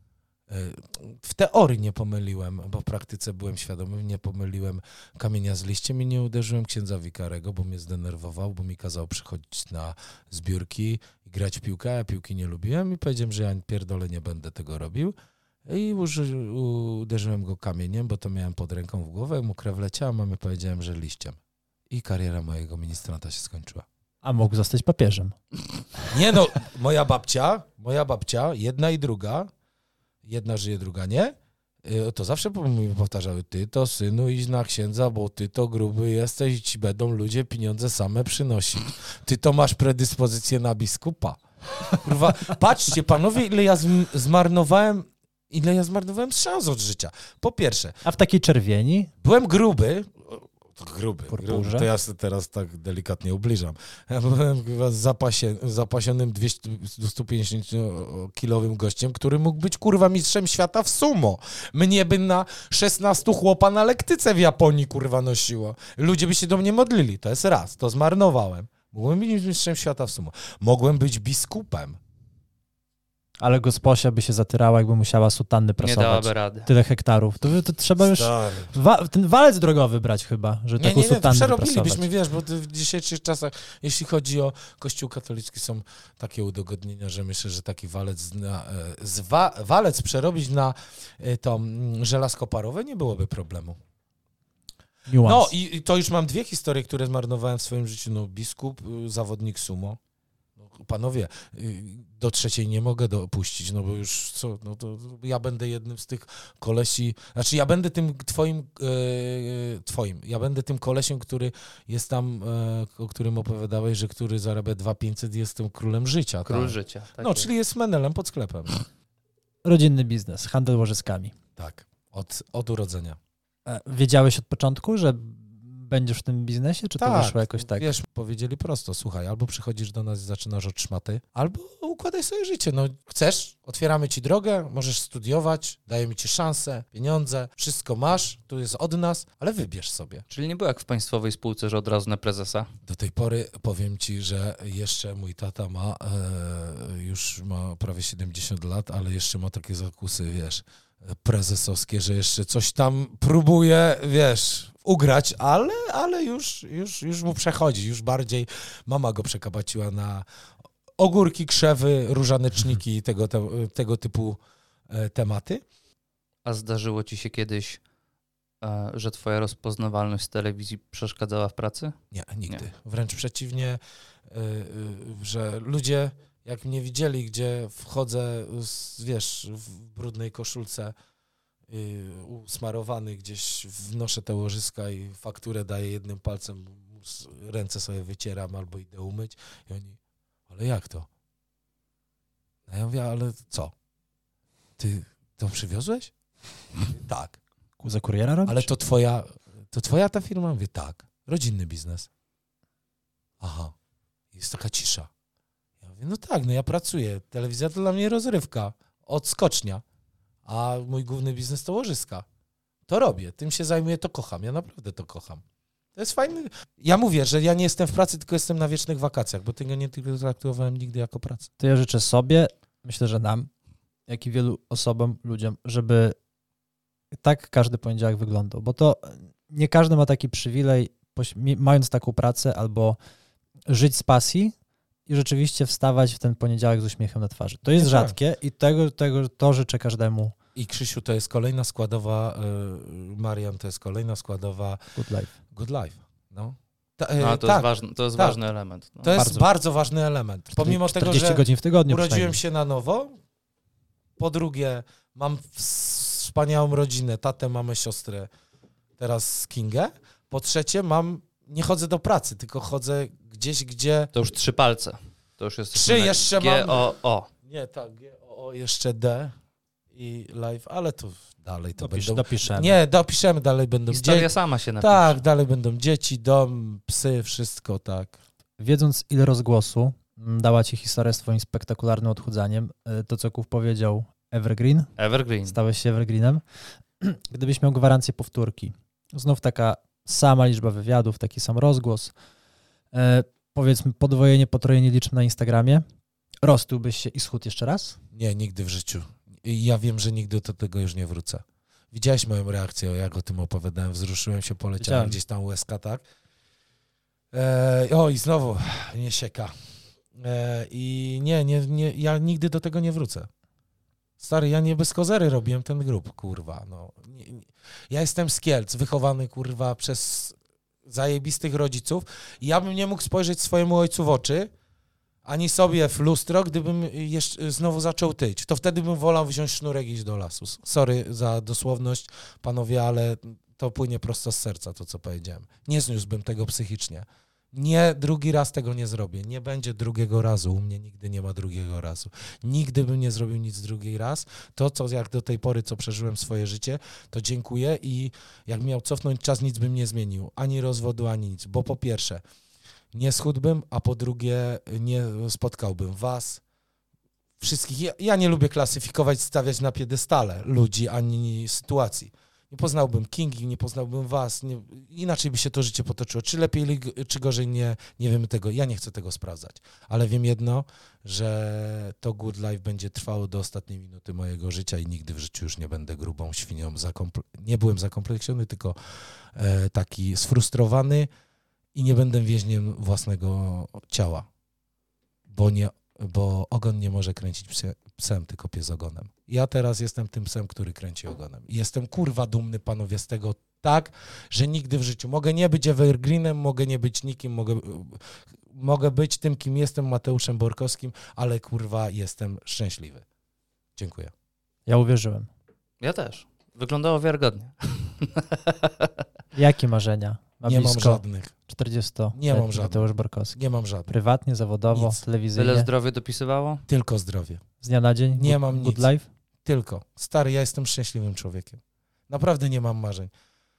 W teorii nie pomyliłem, bo w praktyce byłem świadomy, nie pomyliłem kamienia z liściem i nie uderzyłem księdza wikarego, bo mnie zdenerwował, bo mi kazał przychodzić na zbiórki i grać w piłkę, a ja piłki nie lubiłem i powiedziałem, że ja pierdolę nie będę tego robił. I uderzyłem go kamieniem, bo to miałem pod ręką w głowę, mu krew leciała, a mamie powiedziałem, że liściem. I kariera mojego ministranta się skończyła. A mógł zostać papieżem. Nie no, moja babcia, moja babcia, jedna i druga, jedna żyje, druga nie, to zawsze mi powtarzały, ty to synu idź na księdza, bo ty to gruby jesteś i ci będą ludzie pieniądze same przynosić. Ty to masz predyspozycję na biskupa. Kurwa, patrzcie panowie, ile ja zmarnowałem, ile ja zmarnowałem szans od życia. Po pierwsze. A w takiej czerwieni? Byłem gruby. Gruby, gruby. To ja sobie teraz tak delikatnie ubliżam. Ja byłem zapasie, zapasionym dwieście-pięćdziesięciokilowym gościem, który mógł być kurwa mistrzem świata w sumo. Mnie by na szesnastu chłopa na lektyce w Japonii kurwa nosiło. Ludzie by się do mnie modlili. To jest raz. To zmarnowałem. Mogłem być mistrzem świata w sumo. Mogłem być biskupem. Ale gosposia by się zatyrała, jakby musiała sutanny prasować. Nie dałaby rady. Tyle hektarów. To, to trzeba już wa- ten walec drogowy brać chyba, że nie, taką nie, nie, sutannę przerobilibyśmy, wiesz, bo w dzisiejszych czasach, jeśli chodzi o Kościół katolicki, są takie udogodnienia, że myślę, że taki walec, na, z wa- walec przerobić na to żelazko parowe nie byłoby problemu. Nuance. No i, i to już mam dwie historie, które zmarnowałem w swoim życiu. No, biskup, zawodnik sumo. Panowie, do trzeciej nie mogę dopuścić, no bo już co, no to ja będę jednym z tych kolesi, znaczy ja będę tym twoim, e, twoim, ja będę tym kolesiem, który jest tam, e, o którym opowiadałeś, że który zarabia dwa tysiące pięćset, jestem królem życia. Król tak? życia. Tak no, jest. czyli jest menelem pod sklepem. Rodzinny biznes, handel łożyskami. Tak, od, od urodzenia. A wiedziałeś od początku, że będziesz w tym biznesie, czy to tak, wyszło jakoś tak? Wiesz, powiedzieli prosto, słuchaj, albo przychodzisz do nas i zaczynasz od szmaty, albo układaj sobie życie. No chcesz, otwieramy ci drogę, możesz studiować, dajemy ci szansę, pieniądze, wszystko masz, tu jest od nas, ale wybierz sobie. Czyli nie było jak w państwowej spółce, że od razu na prezesa? Do tej pory powiem ci, że jeszcze mój tata ma, e, już ma prawie siedemdziesiąt lat, ale jeszcze ma takie zakusy, wiesz, prezesowskie, że jeszcze coś tam próbuje, wiesz, ugrać, ale, ale już, już, już mu przechodzi, już bardziej mama go przekabaciła na ogórki, krzewy, różaneczniki i tego, te, tego typu e, tematy. A zdarzyło ci się kiedyś, e, że twoja rozpoznawalność z telewizji przeszkadzała w pracy? Nie, nigdy. Nie. Wręcz przeciwnie, y, y, że ludzie jak mnie widzieli, gdzie wchodzę, z, wiesz, w brudnej koszulce, y, usmarowany gdzieś, wnoszę te łożyska i fakturę daję jednym palcem, ręce sobie wycieram albo idę umyć i oni, ale jak to? A ja mówię, ale co? Ty to przywiozłeś? Tak. Za kuriera robisz? Ale to twoja, to twoja ta firma? Mówię, tak. Rodzinny biznes. Aha. Jest taka cisza. Ja mówię, no tak, no ja pracuję. Telewizja to dla mnie rozrywka. Odskocznia. A mój główny biznes to łożyska. To robię. Tym się zajmuję, to kocham. Ja naprawdę to kocham. To jest fajny. Ja mówię, że ja nie jestem w pracy, tylko jestem na wiecznych wakacjach, bo tego nie traktowałem nigdy jako pracę. To ja życzę sobie, myślę, że nam, jak i wielu osobom, ludziom, żeby tak każdy poniedziałek wyglądał, bo to nie każdy ma taki przywilej, mając taką pracę, albo żyć z pasji i rzeczywiście wstawać w ten poniedziałek z uśmiechem na twarzy. To jest Nie rzadkie tak. i tego, tego to życzę każdemu. I Krzysiu, to jest kolejna składowa, y, Marian, to jest kolejna składowa Good life. Good life. No. Ta, y, No, to, tak, jest ważny, to jest tak. ważny element. No. To jest Bardzo. bardzo ważny element. Pomimo tego, czterdzieści że godzin w tygodniu urodziłem się na nowo, po drugie mam wspaniałą rodzinę, tatę, mamę, siostrę, teraz Kingę, po trzecie mam, nie chodzę do pracy, tylko chodzę gdzieś, gdzie... To już trzy palce. To już jest Trzy jeszcze G, mam. O, O. Nie, tak, G, O, O, jeszcze D i live, ale to dalej to Dopisz, będą... dopiszemy. Nie, dopiszemy, dalej będą Historia dzieci. sama się napisze. Tak, dalej będą dzieci, dom, psy, wszystko, tak. Wiedząc, ile rozgłosu dała ci historia z twoim spektakularnym odchudzaniem, to co Kuf powiedział, evergreen, Evergreen. stałeś się evergreenem. Gdybyś miał gwarancję powtórki, znów taka sama liczba wywiadów, taki sam rozgłos, e, powiedzmy podwojenie, potrojenie liczb na Instagramie, roztyłbyś się i schudł jeszcze raz? Nie, nigdy w życiu. i ja wiem, że nigdy do tego już nie wrócę. Widziałeś moją reakcję, jak o tym opowiadałem, wzruszyłem się, poleciałem Widziałem. gdzieś tam łezka, tak? E, o i znowu nie sieka. E, I nie, nie, nie, ja nigdy do tego nie wrócę. Stary, ja nie bez kozery robiłem ten grób, kurwa. No. Nie, nie. Ja jestem z Kielc, wychowany, kurwa, przez zajebistych rodziców i ja bym nie mógł spojrzeć swojemu ojcu w oczy, ani sobie w lustro, gdybym jeszcze znowu zaczął tyć. To wtedy bym wolał wziąć sznurek i iść do lasu. Sorry za dosłowność, panowie, ale to płynie prosto z serca, to co powiedziałem. Nie zniósłbym tego psychicznie. Nie, drugi raz tego nie zrobię. Nie będzie drugiego razu. U mnie nigdy nie ma drugiego razu. Nigdy bym nie zrobił nic drugi raz. To, co jak do tej pory, co przeżyłem swoje życie, to dziękuję i jak miał cofnąć czas, nic bym nie zmienił. Ani rozwodu, ani nic. Bo po pierwsze, nie schudłbym, a po drugie, nie spotkałbym was, wszystkich. Ja, ja nie lubię klasyfikować, stawiać na piedestale ludzi, ani sytuacji. Nie poznałbym Kingi, nie poznałbym was, nie, inaczej by się to życie potoczyło. Czy lepiej, czy gorzej, nie, nie wiemy tego. Ja nie chcę tego sprawdzać. Ale wiem jedno, że to good life będzie trwało do ostatniej minuty mojego życia i nigdy w życiu już nie będę grubą świnią. Zakomple- nie byłem zakompleksiony, tylko e, taki sfrustrowany i nie będę więźniem własnego ciała, bo nie bo ogon nie może kręcić psie, psem, tylko pies ogonem. Ja teraz jestem tym psem, który kręci ogonem. I jestem kurwa dumny, panowie, z tego tak, że nigdy w życiu mogę nie być evergreenem, mogę nie być nikim, mogę, mogę być tym, kim jestem, Mateuszem Borkowskim, ale kurwa jestem szczęśliwy. Dziękuję. Ja uwierzyłem. Ja też. Wyglądało wiarygodnie. Jakie marzenia? Ma nie blisko mam żadnych. czterdziestoletni Nie mam żadnych. Mateusz Borkowski. Nie mam żadnych. Prywatnie, zawodowo, Nic. telewizyjnie. Tyle zdrowie dopisywało? Tylko zdrowie. Z dnia na dzień? Nie good, mam good nic. life? Tylko. Stary, ja jestem szczęśliwym człowiekiem. Naprawdę nie mam marzeń.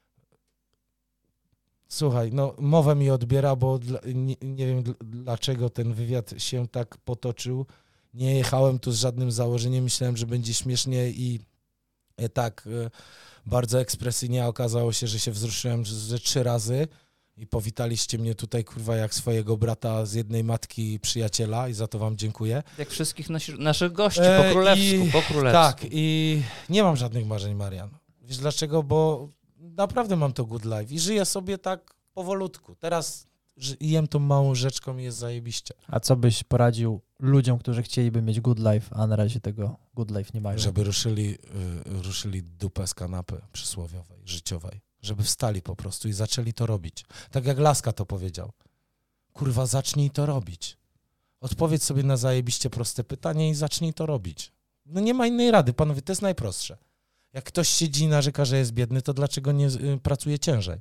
Słuchaj, no mowa mi odbiera, bo dla, nie, nie wiem dlaczego ten wywiad się tak potoczył. Nie jechałem tu z żadnym założeniem. Myślałem, że będzie śmiesznie i e, tak e, bardzo ekspresyjnie. Okazało się, że się wzruszyłem ze trzy razy i powitaliście mnie tutaj, kurwa, jak swojego brata z jednej matki przyjaciela i za to wam dziękuję. Jak wszystkich nasi, naszych gości, E, po królewsku, i, po królewsku. Tak, i nie mam żadnych marzeń, Marian. Wiesz dlaczego? Bo naprawdę mam to good life i żyję sobie tak powolutku. Teraz ży- jem tą małą rzeczką i jest zajebiście. A co byś poradził ludziom, którzy chcieliby mieć good life, a na razie tego good life nie mają? Żeby ruszyli, y, ruszyli dupę z kanapy przysłowiowej, życiowej. Żeby wstali po prostu i zaczęli to robić. Tak jak Laska to powiedział. Kurwa, zacznij to robić. Odpowiedz sobie na zajebiście proste pytanie i zacznij to robić. No nie ma innej rady, panowie, to jest najprostsze. Jak ktoś siedzi i narzeka, że jest biedny, to dlaczego nie y, pracuje ciężej?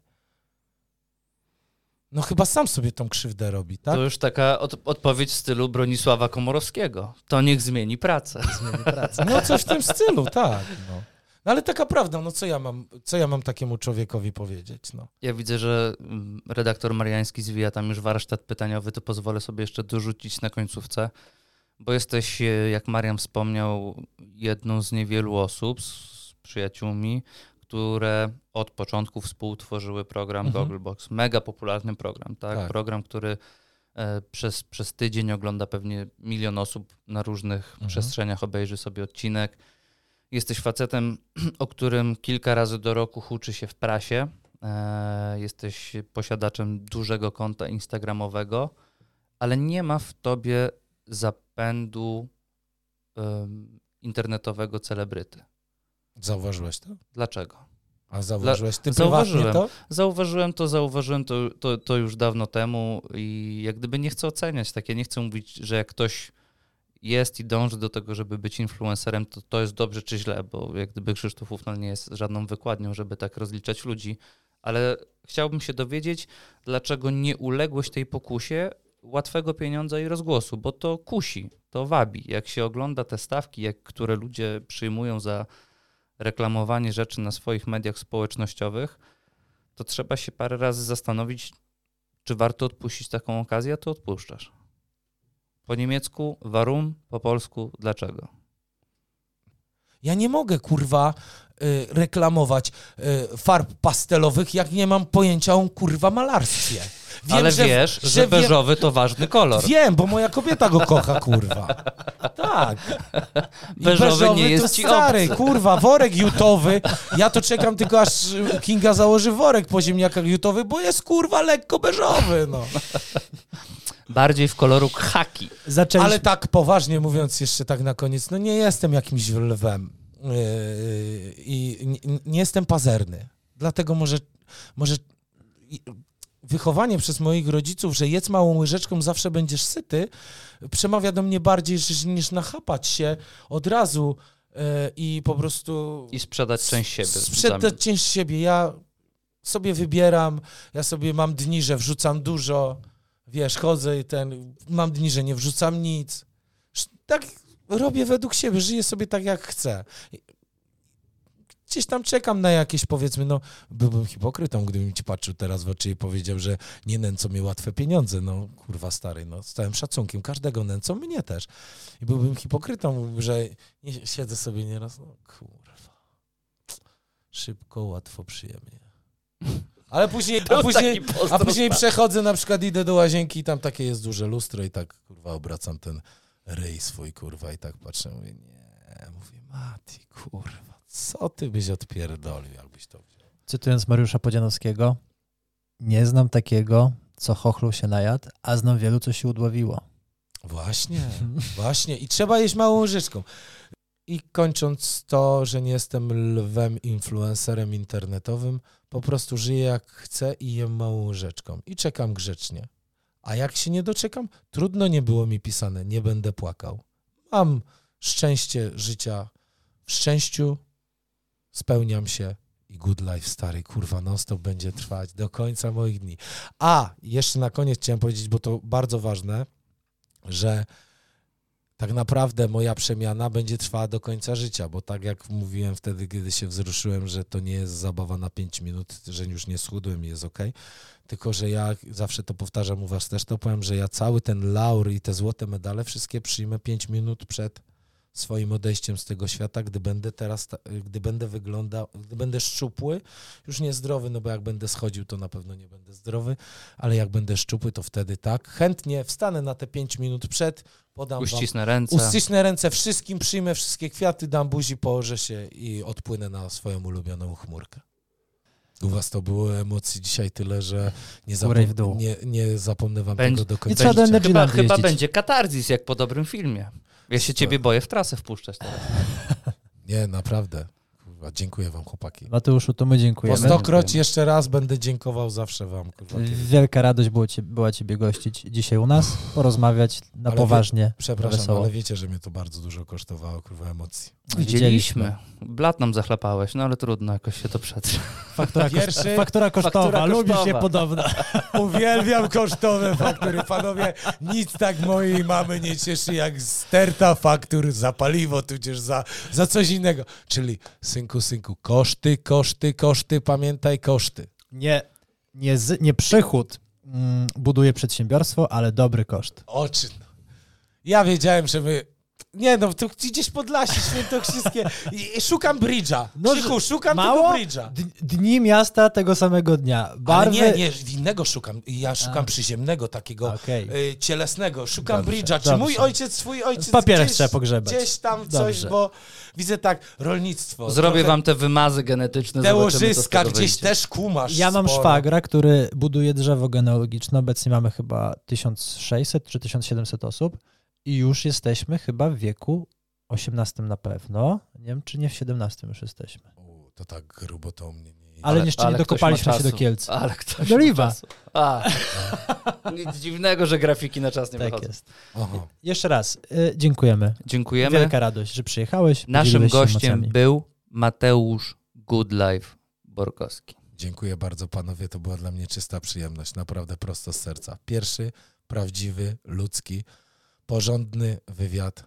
No chyba sam sobie tą krzywdę robi, tak? To już taka od, odpowiedź w stylu Bronisława Komorowskiego. To niech zmieni pracę. Zmieni pracę. No coś w tym stylu, tak. No. No ale taka prawda, no co ja mam, co ja mam takiemu człowiekowi powiedzieć, no. Ja widzę, że mm, redaktor Mariański zwija tam już warsztat pytaniowy, to pozwolę sobie jeszcze dorzucić na końcówce, bo jesteś, e, jak Marian wspomniał, jedną z niewielu osób, z przyjaciółmi, które od początku współtworzyły program Mhm. Gogglebox. Mega popularny program, tak? Tak. Program, który e, przez, przez tydzień ogląda pewnie milion osób na różnych Mhm. przestrzeniach, obejrzy sobie odcinek. Jesteś facetem, o którym kilka razy do roku huczy się w prasie. E, jesteś posiadaczem dużego konta instagramowego, ale nie ma w tobie zapędu em, internetowego celebryty. Zauważyłeś to? Dlaczego? A zauważyłeś ty Zauważyłem. prywatnie to? Zauważyłem to, zauważyłem to, to, to już dawno temu i jak gdyby nie chcę oceniać, tak, ja nie chcę mówić, że jak ktoś jest i dąży do tego, żeby być influencerem, to to jest dobrze czy źle, bo jak gdyby Krzysztof Ufnal nie jest żadną wykładnią, żeby tak rozliczać ludzi, ale chciałbym się dowiedzieć, dlaczego nie uległeś tej pokusie łatwego pieniądza i rozgłosu, bo to kusi, to wabi. Jak się ogląda te stawki, jak, które ludzie przyjmują za reklamowanie rzeczy na swoich mediach społecznościowych, to trzeba się parę razy zastanowić, czy warto odpuścić taką okazję, a to odpuszczasz. Po niemiecku warum, po polsku dlaczego. Ja nie mogę, kurwa, y, reklamować y, farb pastelowych, jak nie mam pojęcia o, kurwa, malarstwie. Wiem, Ale że, wiesz, że, że wiem, beżowy to ważny kolor. Wiem, bo moja kobieta go kocha, kurwa. Tak. I Beżowy nie jest to ci stary, obcy. kurwa, worek jutowy. Ja to czekam tylko aż Kinga założy worek po ziemniakach jutowy, bo jest kurwa lekko beżowy, no. Bardziej w koloru khaki. Zaczęliśmy... Ale tak poważnie mówiąc jeszcze tak na koniec, no nie jestem jakimś lwem yy, i nie, nie jestem pazerny. Dlatego może, może wychowanie przez moich rodziców, że jedz małą łyżeczką, zawsze będziesz syty, przemawia do mnie bardziej niż nachapać się od razu yy, i po prostu... I sprzedać część siebie. Sprzedać część siebie. Ja sobie wybieram, ja sobie mam dni, że wrzucam dużo, wiesz, chodzę i ten, mam dni, że nie wrzucam nic. Tak robię według siebie, żyję sobie tak, jak chcę. Gdzieś tam czekam na jakieś, powiedzmy, no, byłbym hipokrytą, gdybym ci patrzył teraz w oczy i powiedział, że nie nęcą mnie łatwe pieniądze. No, kurwa stary, no, z całym szacunkiem, każdego nęcą, mnie też. I byłbym hipokrytą, że nie, siedzę sobie nieraz, no, kurwa, szybko, łatwo, przyjemnie. Ale później, a później, a później przechodzę, na przykład idę do łazienki i tam takie jest duże lustro i tak, kurwa, obracam ten ryj swój, kurwa, i tak patrzę, mówię, nie, mówię, Mati, kurwa, co ty byś odpierdolił, jakbyś to wziął? Cytując Mariusza Podzianowskiego, nie znam takiego, co chochlu się najadł, a znam wielu, co się udławiło. Właśnie, właśnie. I trzeba jeść małą łyżeczką. I kończąc to, że nie jestem lwem influencerem internetowym, po prostu żyję jak chcę i jem małą łyżeczką. I czekam grzecznie. A jak się nie doczekam, trudno nie było mi pisane, nie będę płakał. Mam szczęście życia w szczęściu, spełniam się i good life, stary, kurwa, non-stop będzie trwać do końca moich dni. A, jeszcze na koniec chciałem powiedzieć, bo to bardzo ważne, że tak naprawdę moja przemiana będzie trwała do końca życia, bo tak jak mówiłem wtedy, kiedy się wzruszyłem, że to nie jest zabawa na pięć minut, że już nie schudłem i jest okej, tylko że ja zawsze to powtarzam u was też, to powiem, że ja cały ten laur i te złote medale wszystkie przyjmę pięć minut przed swoim odejściem z tego świata, gdy będę teraz, gdy będę wyglądał, gdy będę szczupły, już nie zdrowy, no bo jak będę schodził, to na pewno nie będę zdrowy, ale jak będę szczupły, to wtedy tak. Chętnie wstanę na te pięć minut przed, podam Uścisnę wam, ręce. Uścisnę ręce wszystkim, przyjmę wszystkie kwiaty, dam buzi, położę się i odpłynę na swoją ulubioną chmurkę. U was to było emocji dzisiaj tyle, że nie, zapom- nie, nie zapomnę wam Będzie, tego do końca. Nie trzeba do życia. Chyba, Energylandu chyba jeździć. będzie katarzis, jak po dobrym filmie. Ja się ciebie boję w trasę wpuszczać teraz. Nie, naprawdę. Kurwa, dziękuję wam, chłopaki. Mateuszu, to my Po dziękujemy. stokroć jeszcze raz będę dziękował zawsze wam. Kurwa, kiedy... Wielka radość było cię, była ciebie gościć dzisiaj u nas, porozmawiać na Ale poważnie, wie, Przepraszam, wesoło. ale wiecie, że mnie to bardzo dużo kosztowało, kurwa, emocji. Widzieliśmy. Blat nam zachlapałeś, no ale trudno, jakoś się to przetrze. Faktura, Pierwszy- koszt, faktura kosztowa, faktura lubisz kosztowa. je podobno. Uwielbiam kosztowe faktury, panowie. Nic tak mojej mamy nie cieszy jak sterta faktur za paliwo, tudzież za, za coś innego. Czyli, synku, synku, koszty, koszty, koszty, pamiętaj, koszty. Nie, nie, z, nie przychód mm, buduje przedsiębiorstwo, ale dobry koszt. Oczy. No. Ja wiedziałem, że my... Nie no, to gdzieś Podlasie świętokrzyskie. I, i szukam bridge'a. No, Krzychu, szukam mało? tego bridge'a. D- dni miasta tego samego dnia. Barwy... Ale nie, nie, innego szukam. Ja szukam A. przyziemnego, takiego Okej. y, cielesnego. Szukam Dobrze, bridge'a. Czy dobrze. mój ojciec, swój ojciec W papierach gdzieś, trzeba pogrzebać. gdzieś tam coś, Dobrze. bo widzę tak, rolnictwo. Zrobię trochę wam te wymazy genetyczne. te zobaczymy, co z łożyska, tego gdzieś wyjdzie. też kumasz. Ja mam sporo. szwagra, który buduje drzewo genealogiczne. Obecnie mamy chyba tysiąc sześćset czy tysiąc siedemset osób i już jesteśmy chyba w wieku osiemnastym na pewno. Nie wiem, czy nie w siedemnastym już jesteśmy. U, to tak grubo to u mnie nie idzie. Ale jeszcze nie ktoś dokopaliśmy ma się do czasu. Kielc. Ale ktoś Do ma Liwa. czasu. A, nic dziwnego, że grafiki na czas nie Tak wychodzą. jest. Aha. Jeszcze raz y, dziękujemy. Dziękujemy. Wielka radość, że przyjechałeś. Naszym podzieliłeś się gościem emocjami. był Mateusz Goodlife Borkowski. Dziękuję bardzo, panowie. To była dla mnie czysta przyjemność. Naprawdę prosto z serca. Pierwszy, prawdziwy, ludzki, porządny wywiad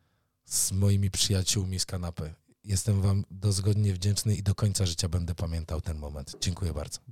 z moimi przyjaciółmi z kanapy. Jestem wam dozgodnie wdzięczny i do końca życia będę pamiętał ten moment. Dziękuję bardzo.